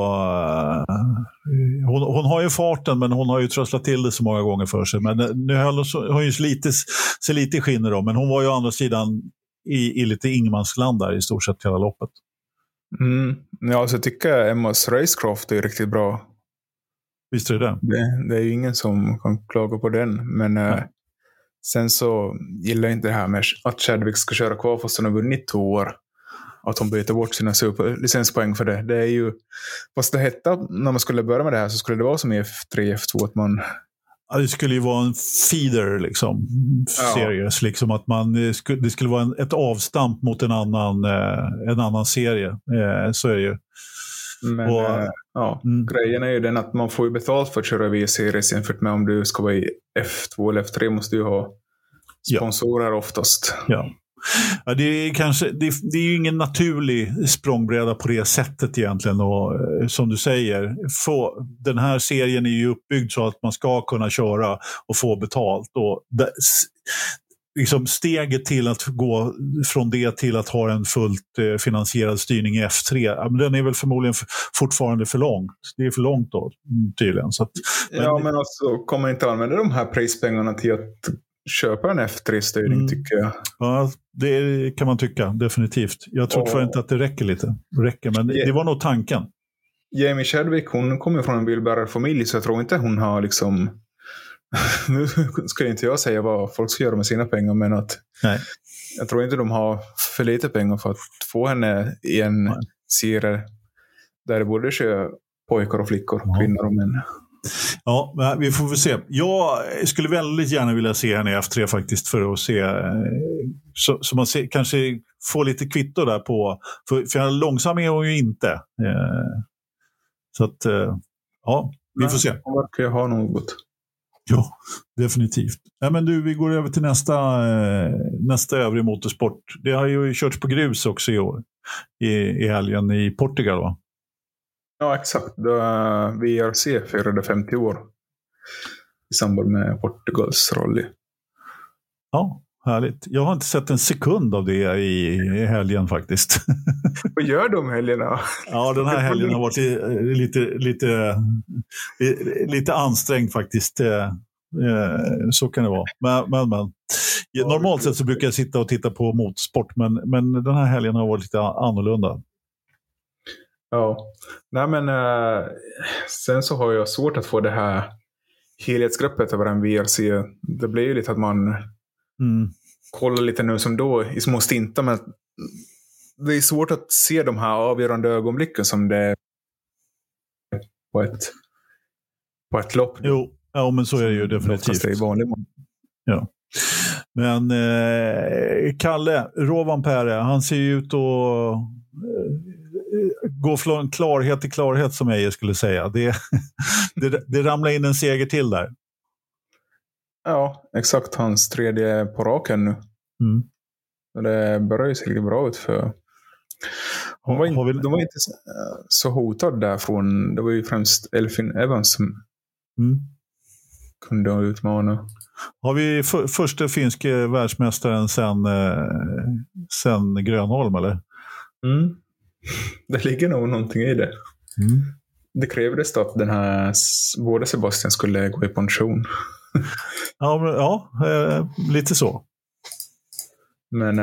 Hon har ju farten, men hon har ju tröstat till det så många gånger för sig. Men nu har hon ju ser lite i skinner då. Men hon var ju å andra sidan i lite ingenmansland där i stort sett hela loppet. Ja, så jag tycker Emmas racecraft är riktigt bra. Visst är det? Det är ju ingen som kan klaga på den. Men sen så gillar jag inte det här med att Chadwick ska köra kvar fast hon har vunnit 2 år. Att hon byter bort sina licenspoäng för det. Det är ju, fast det hette när man skulle börja med det här så skulle det vara som i F3, F2 att man... Ja, det skulle ju vara en feeder liksom. Series, liksom att det skulle vara ett avstamp mot en annan serie. Så är det ju. Men grejen är ju den att man får ju betalt för att köra V-series jämfört med om du ska vara i F2 eller F3 måste du ha sponsorer oftast. Ja. Ja, det är ju ingen naturlig språngbräda på det sättet egentligen, och som du säger, den här serien är ju uppbyggd så att man ska kunna köra och få betalt, och liksom steget till att gå från det till att ha en fullt finansierad styrning i F3, den är väl förmodligen fortfarande för långt. Det är för långt då, tydligen. Så att, men alltså kommer inte använda de här prispengarna till att köpa en F3-styrning tycker jag. Ja, det kan man tycka, definitivt. Jag tror tyvärr inte att det räcker, men det var nog tanken. Jamie Chadwick, hon kommer från en bilbärarfamilj, så jag tror inte hon har liksom... Nu ska inte jag säga vad folk ska göra med sina pengar, men att jag tror inte de har för lite pengar för att få henne i en serie där det borde köra pojkar och flickor, kvinnor och män. Ja, vi får väl se. Jag skulle väldigt gärna vilja se henne i F3 faktiskt, för att se så man kanske får lite kvitto där på, för långsam är hon ju inte. Så att vi får se. Hon verkar ha något. Ja, definitivt. Men du, vi går över till nästa övrig motorsport. Det har ju körts på grus också i år. I helgen i Portugal, va? Ja, exakt. VRC firade 50 år i samband med Portugals rally. Ja, härligt. Jag har inte sett en sekund av det i helgen faktiskt. Vad gör de helgerna? Ja, den här helgen har varit lite ansträngd faktiskt. Så kan det vara. Men. Normalt sett så brukar jag sitta och titta på motorsport, men den här helgen har varit lite annorlunda. Ja, nej men sen så har jag svårt att få det här helhetsgreppet över en VRC. Det blir ju lite att man kollar lite nu som då i små stintar, men det är svårt att se de här avgörande ögonblicken som det är på ett lopp. Jo, ja, men så är det ju definitivt. Det är vanligt. Ja. Men Kalle Rovanperä, han ser ju ut att gå från klarhet till klarhet, som jag skulle säga. Det ramlar in en seger till där. Ja, exakt. Hans 3:e på raken nu. Det börjar ju se lite bra ut för... De var inte så hotade därifrån. Det var ju främst Elfyn Evans som kunde utmana. Har vi första finske världsmästaren sen Grönholm, eller? Det ligger nog någonting i det. Det krävdes att den här både Sebastian skulle gå i pension. Ja, lite så. Men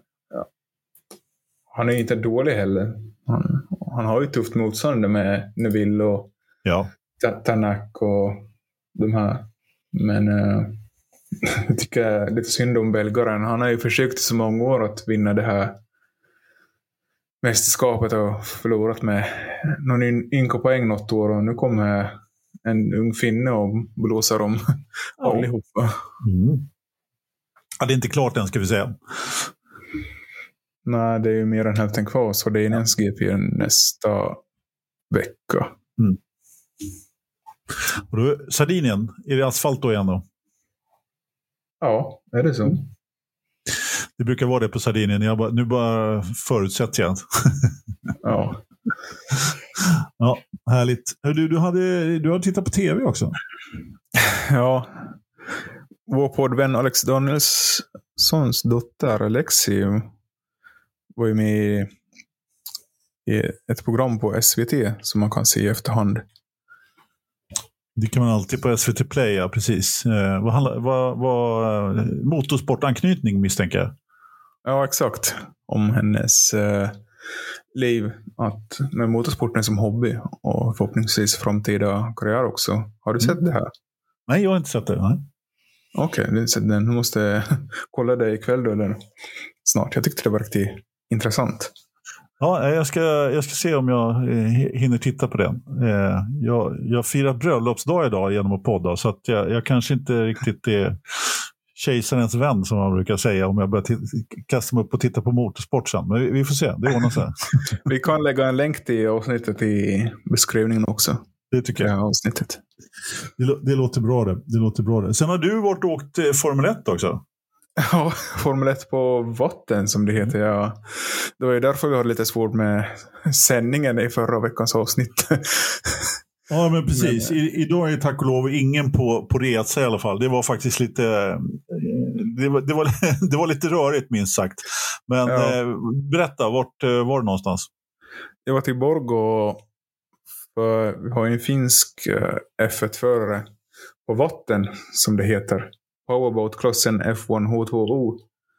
han är ju inte dålig heller. Han har ju tufft motstånd med Neville och Tanak och de här. Men jag tycker lite synd om belgaren. Han har ju försökt i så många år att vinna det här mästerskapet och förlorat med någon ynka-poäng något år, och nu kommer en ung finne och blåser om allihopa. Ja, det är inte klart än, ska vi säga. Nej, det är ju mer än hälften kvar, så det är en SGP nästa vecka. Och då, Sardinien, är det asfalt då igen då? Ja, är det så? Det brukar vara det på Sardinien. Nu bara förutsätter jag. Ja. Ja, härligt. Du har tittat på tv också? Ja. Vår poddvän Alex Danielssons dotter Alexi var ju med i ett program på SVT som man kan se i efterhand. Det kan man alltid på SVT Play, ja, precis. Vad motorsportanknytning misstänker jag. Ja, exakt. Om hennes liv med motorsporten som hobby och förhoppningsvis framtida karriär också. Har du sett det här? Nej, jag har inte sett det. Okej, du har inte sett den. Du måste kolla det ikväll då, eller snart. Jag tyckte det var riktigt intressant. Ja, jag ska se om jag hinner titta på den. Jag firar bröllopsdag idag genom att podda, så att jag kanske inte riktigt är kejsarens vän som man brukar säga om jag börjar kasta mig upp och titta på motorsport sen. Men vi får se, det ordnar sig. Vi kan lägga en länk till avsnittet i beskrivningen också. Det tycker jag. Avsnittet. Det låter bra det. Det låter bra det. Sen har du varit och åkt Formel 1 också. Ja, Formel 1 på vatten som det heter. Ja. Det var ju därför vi hade lite svårt med sändningen i förra veckans avsnitt. Ja, men precis. Idag är tack och lov ingen på resa i alla fall. Det var faktiskt lite det var lite rörigt minst sagt. Men berätta, vart var det någonstans? Jag var till Borgå, för vi har en finsk F1-förare på vatten som det heter. Powerboat-klassen F1 H2O.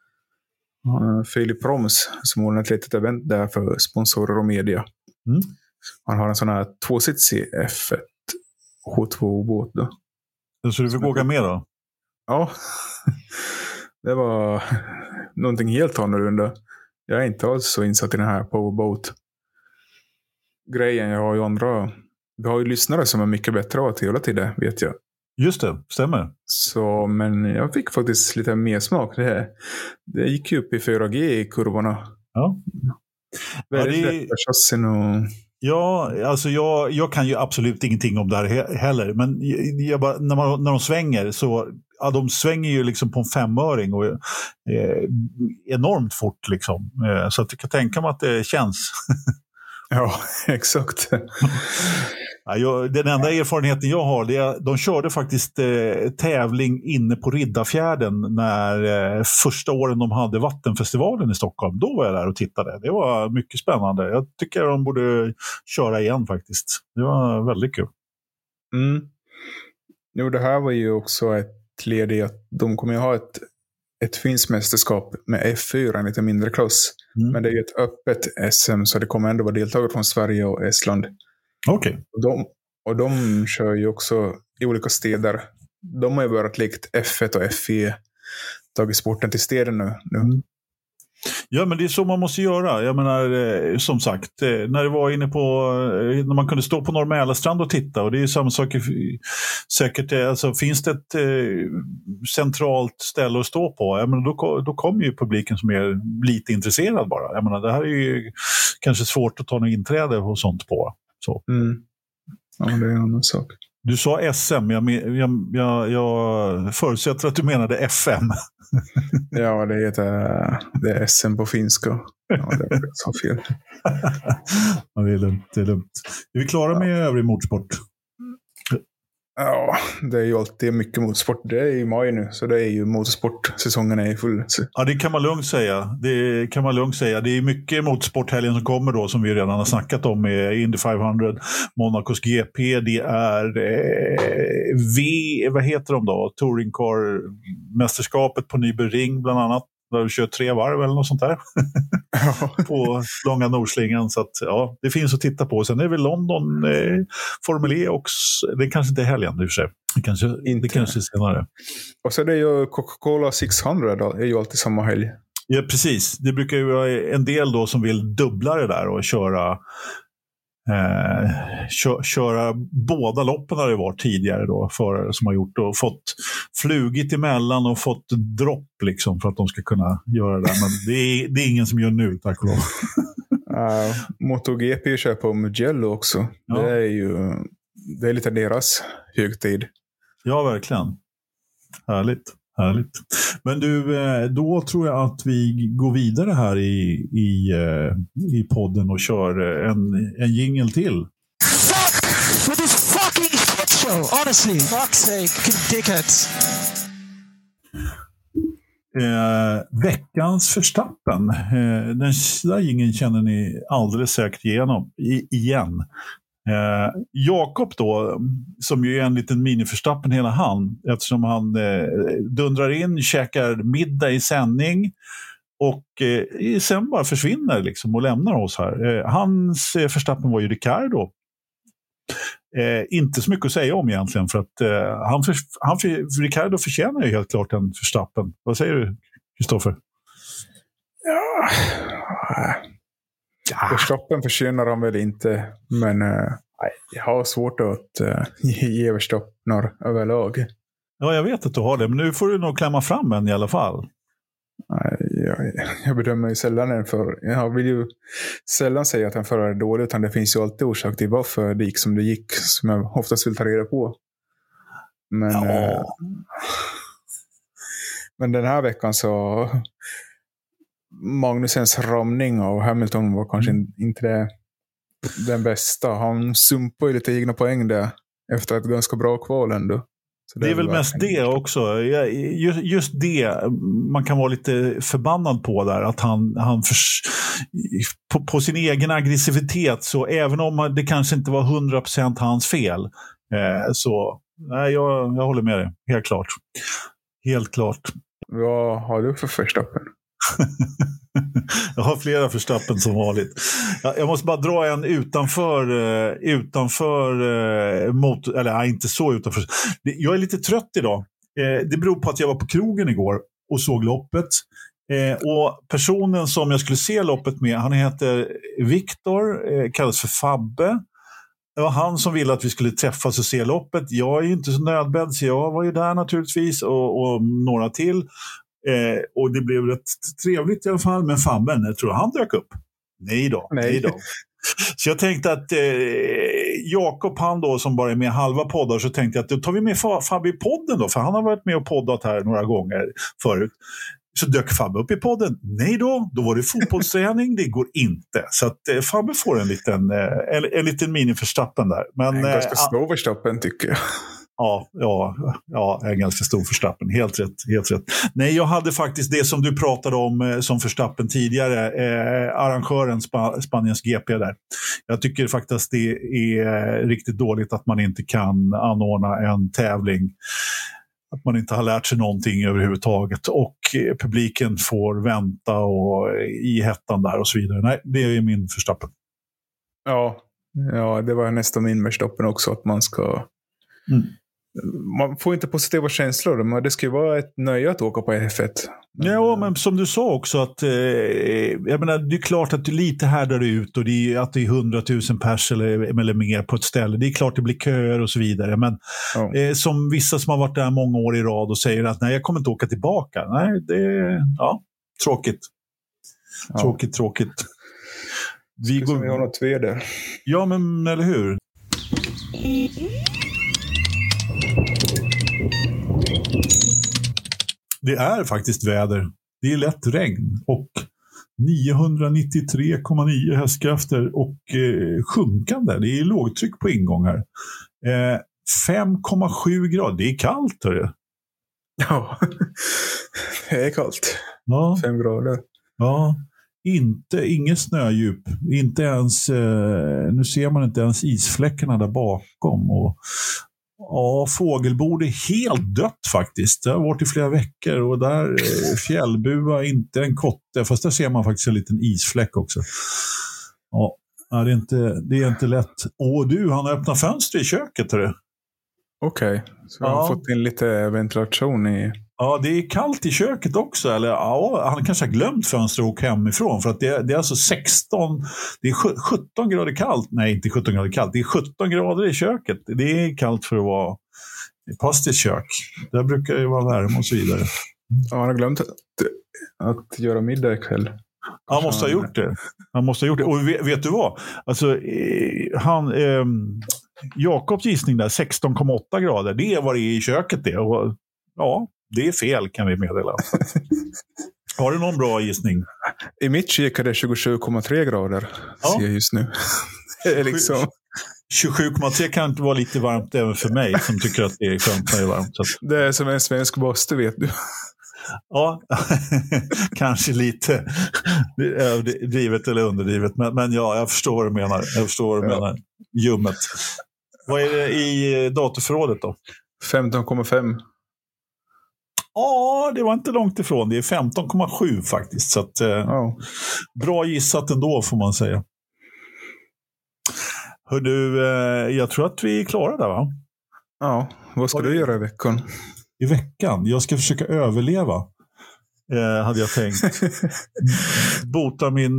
Filip Roms som ordnar ett litet event där för sponsorer och media. Mm. Han har en sån här tvåsitsig F1 H2O-båt då. Så du fick åka med då? Ja, det var någonting helt annorlunda. Jag är inte alls så insatt i den här powerboat-grejen. Jag har ju vi har ju lyssnare som är mycket bättre av att hela tiden, vet jag. Just det, stämmer. Så, men jag fick faktiskt lite mer smak. Det gick ju upp i 4G i kurvorna. Ja. Väldigt lätt för chassin och... Ja, alltså jag kan ju absolut ingenting om det här heller. Men när de svänger så... Ja, de svänger ju liksom på en 5-öring och enormt fort liksom. Så att jag kan tänka mig att det känns. Ja, exakt. Ja, den enda erfarenheten jag har, det är de körde faktiskt tävling inne på Riddarfjärden när första åren de hade Vattenfestivalen i Stockholm. Då var jag där och tittade. Det var mycket spännande. Jag tycker de borde köra igen faktiskt. Det var väldigt kul. Mm. Jo, det här var ju också ett led i att de kommer ju ha ett finskt mästerskap med F4, en lite mindre klass. Mm. Men det är ju ett öppet SM, så det kommer ändå vara deltagare från Sverige och Estland. Okej. Och de kör ju också i olika städer. De har ju börjat likt F1 och F4 tagit sporten till städerna nu. Mm. Ja, men det är så man måste göra. Jag menar, som sagt, när det var inne på, när man kunde stå på Norr Mälarstrand och titta, och det är samma sak säkert, alltså finns det ett centralt ställe att stå på, jag menar, då kommer ju publiken som är lite intresserad bara. Jag menar, det här är ju kanske svårt att ta något inträde och sånt på. Så. Mm. Ja, det är en annan sak. Du sa SM, jag förutsätter att du menade FM. Ja, det är SM på finska. Ja, det är så fel. Ja, det är lugnt. Är vi klara med övrig motorsport? Ja, det är ju alltid mycket motorsport. Det är i maj nu, så det är ju motorsportsäsongen är full. Ja, det kan man lugnt säga. Det är mycket motorsporthelgen som kommer då, som vi redan har snackat om, med Indy 500, Monacos GP, det är vad heter de då? Touring Car-mästerskapet på Nürburgring bland annat. Där du kör 3 varv eller något sånt där. På långa Nordslingan. Så att, ja, det finns att titta på. Sen är väl London Formel E också. Det kanske inte är helgen i och för sig. Det kanske är senare. Och så är det ju Coca-Cola 600 då, är ju alltid samma helg. Ja, precis. Det brukar ju vara en del då som vill dubbla det där och köra båda loppen har det varit tidigare då, förare som har gjort och fått flugit emellan och fått dropp liksom för att de ska kunna göra det där. Men det är ingen som gör nu, tack och lov. MotoGP kör på Mugello också. Ja. Det är lite deras högtid. Ja, verkligen. Härligt. Härligt. Men du, då tror jag att vi går vidare här i podden och kör en jingle till. Fuck with this fucking shit show, honestly. Fuck's sake, dickheads. Veckans Verstappen. Den där jingeln känner ni alldeles säkert igen. Jakob då, som ju är en liten mini-Verstappen hela han, eftersom han dundrar in, käkar middag i sändning och sen bara försvinner liksom och lämnar oss här. Hans Verstappen var ju Ricciardo. Inte så mycket att säga om egentligen, för att Ricciardo förtjänar ju helt klart en Verstappen. Vad säger du, Kristoffer? Verstappen förtjänar han väl inte, men jag har svårt att ge Verstappen överlag. Ja, jag vet att du har det, men nu får du nog klämma fram en i alla fall. Jag bedömer ju sällan en för. Jag vill ju sällan säga att en förare är dålig, utan det finns ju alltid orsak till varför det gick som det gick, som jag oftast vill ta reda på. Men den här veckan så Magnusens ramning av Hamilton var kanske inte den bästa. Han sumpade ju lite egna poäng där efter ett ganska bra kval ändå. Det är väl mest det också. Just det man kan vara lite förbannad på där. Att han på sin egen aggressivitet, så även om det kanske inte var 100% hans fel, så nej, jag håller med dig. Helt klart. Helt klart. Vad har du för Verstappen? Jag har flera Verstappen som vanligt. Jag måste bara dra en utanför eller inte så utanför. Jag är lite trött idag. Det beror på att jag var på krogen igår och såg loppet. Och personen som jag skulle se loppet med, han heter Viktor, kallas för Fabbe. Det var han som ville att vi skulle träffas och se loppet. Jag är ju inte så nödbedd, så jag var ju där naturligtvis och några till. Och det blev rätt trevligt i alla fall. Men Fabben, jag tror han dök upp. Nej då. Så jag tänkte att Jakob, han då som bara är med halva poddar, så tänkte jag att då tar vi med Fabbe i podden då. För han har varit med och poddat här några gånger förut. Så dök Fabbe upp i podden. Nej då var det fotbollsträning. Det går inte. Så att Fabbe får en liten mini-Verstappen där. Men, en ganska stor Verstappen tycker jag. Ja, en ganska stor Verstappen. Helt rätt. Nej, jag hade faktiskt det som du pratade om som Verstappen tidigare. Arrangören Spaniens GP där. Jag tycker faktiskt det är riktigt dåligt att man inte kan anordna en tävling. Att man inte har lärt sig någonting överhuvudtaget. Och publiken får vänta och i hettan där och så vidare. Nej, det är min Verstappen. Ja, det var nästan min Verstappen också. Att man ska... Man får inte positiva känslor, men det ska ju vara ett nöje att åka på F1. Ja, men som du sa också att jag menar, det är klart att du lite härdar ut och att det är 100 000 pers eller mer på ett ställe. Det är klart det blir köer och så vidare, men som vissa som har varit där många år i rad och säger att nej, jag kommer inte åka tillbaka. Nej, det är tråkigt. Tråkigt. Vi har något väder. Ja, men eller hur? Det är faktiskt väder. Det är lätt regn och 993,9 hästkrafter och sjunkande. Det är lågtryck på ingångar. 5,7 grader. Det är kallt, hörru. Ja, det är kallt. Ja. 5 grader. Ja, inget snödjup. Inte ens, nu ser man inte ens isfläckarna där bakom. Och fågelbord är helt dött faktiskt. Det har varit i flera veckor och där fjällbua, inte en kotte, fast där ser man faktiskt en liten isfläck också. Ja, det är inte lätt. Han har öppnat fönster i köket, hörru. Okej, så han har fått in lite ventilation i... Ja, det är kallt i köket också. Eller han kanske har glömt fönstret och åkt hemifrån. För att det är alltså 17 grader kallt. Nej, inte 17 grader kallt. Det är 17 grader i köket. Det är kallt för att vara ett pastiskt kök. Där brukar det vara värme och så vidare. Ja, han har glömt att göra middag ikväll. Han måste ha gjort det. Och vet du vad? Alltså, Jakobs gissning där, 16,8 grader. Det är vad det är i köket det. Och, det är fel kan vi meddela. Har du någon bra gissning? I mitt kik är det 27,3 grader. Ser jag just nu. Det är liksom... 27,3 kan inte vara lite varmt även för mig som tycker att det är skönt när det är varmt. Så. Det är som en svensk bastu, vet du. Ja, kanske lite drivet eller underdrivet. Men ja, jag förstår vad du menar. Menar. Ljummet. Vad är det i datorförrådet då? 15,5. Ja, det var inte långt ifrån. Det är 15,7 faktiskt. Så att, bra gissat ändå får man säga. Hör du, jag tror att vi är klara där, va? Ja, vad ska du göra i veckan? I veckan? Jag ska försöka överleva. Hade jag tänkt. Bota min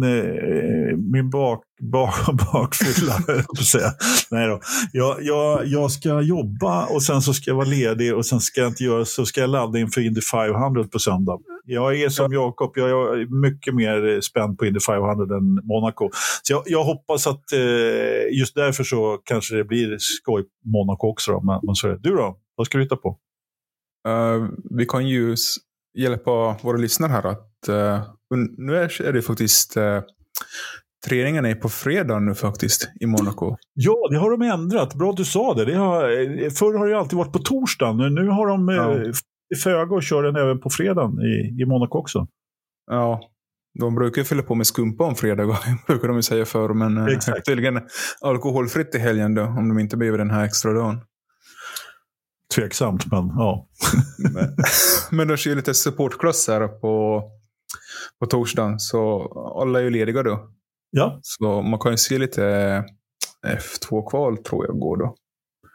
bakfylla. Nej då. Jag ska jobba och sen så ska jag vara ledig och sen ska jag inte göra så ska jag ladda inför Indy 500 på söndag. Jag är som Jakob, jag är mycket mer spänd på Indy 500 än Monaco. Så jag hoppas att just därför så kanske det blir skoj på Monaco också då. Men så är det. Du då? Vad ska du hitta på? Vi kan ju hjälpa våra lyssnare här att nu är det faktiskt träningen är på fredag nu faktiskt i Monaco. Ja, det har de ändrat. Bra att du sa det. Förr har det alltid varit på torsdagen. Nu har de i föga och kör den även på fredagen i Monaco också. Ja, de brukar fylla på med skumpa om fredag, brukar de ju säga förr. Men tydligen alkoholfritt i helgen då, om de inte behöver den här extra dagen. Tveksamt, men ja. Men de kör lite supportklass här på torsdagen, så alla är ju lediga då. Ja. Så man kan ju se lite F2-kval tror jag går då.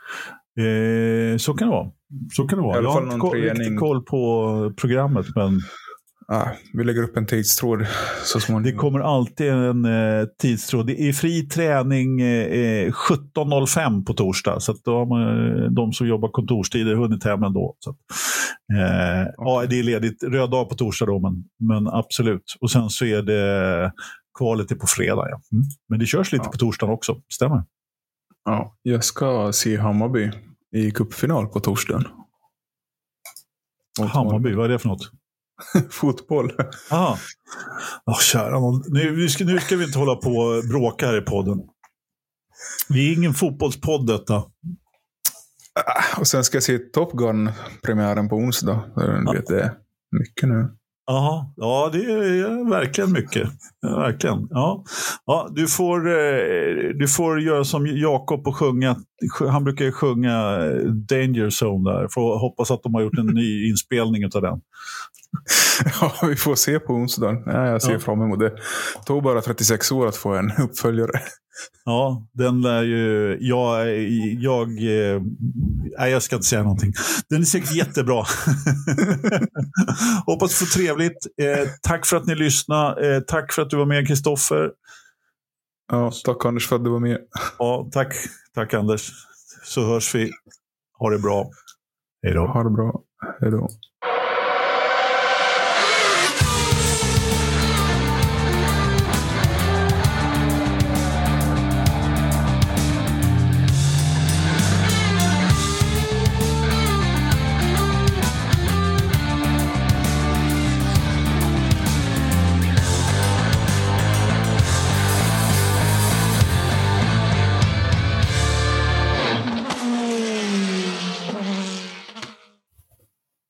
Så kan det vara. Jag har inte riktigt koll på programmet, men... vi lägger upp en tidstråd så småningom. Det kommer alltid en tidstråd. Det är fri träning 17.05 på torsdag. Så att då har man, de som jobbar kontorstider hunnit hem ändå. Så att, ja, det är ledigt. Röd dag på torsdag då, men absolut. Och sen så är det kvalet på fredag. Ja. Men det körs lite på torsdagen också, stämmer? Ja, jag ska se Hammarby i cupfinal på torsdagen. Hammarby, vad är det för något? Fotboll. Aha. Kära någon. Nu ska vi inte hålla på och bråka här i podden. Vi är ingen fotbollspodd detta. Och sen ska jag se Top Gun-premiären på onsdag. Det är mycket nu. Aha. Ja, det är verkligen mycket. Verkligen. Ja. Ja, du får göra som Jakob och sjunga. Han brukar ju sjunga Danger Zone där. Får hoppas att de har gjort en ny inspelning av den. Ja, vi får se på onsdagen. Ja, jag ser fram emot det. Det tog bara 36 år att få en uppföljare. Ja, den lär ju... Jag ska inte säga någonting. Den är säkert jättebra. Hoppas du får trevligt. Tack för att ni lyssnade. Tack för att du var med, Kristoffer. Ja, tack Anders för att du var med. Ja, tack Anders. Så hörs vi. Ha det bra. Hej då. Ha det bra. Hej då.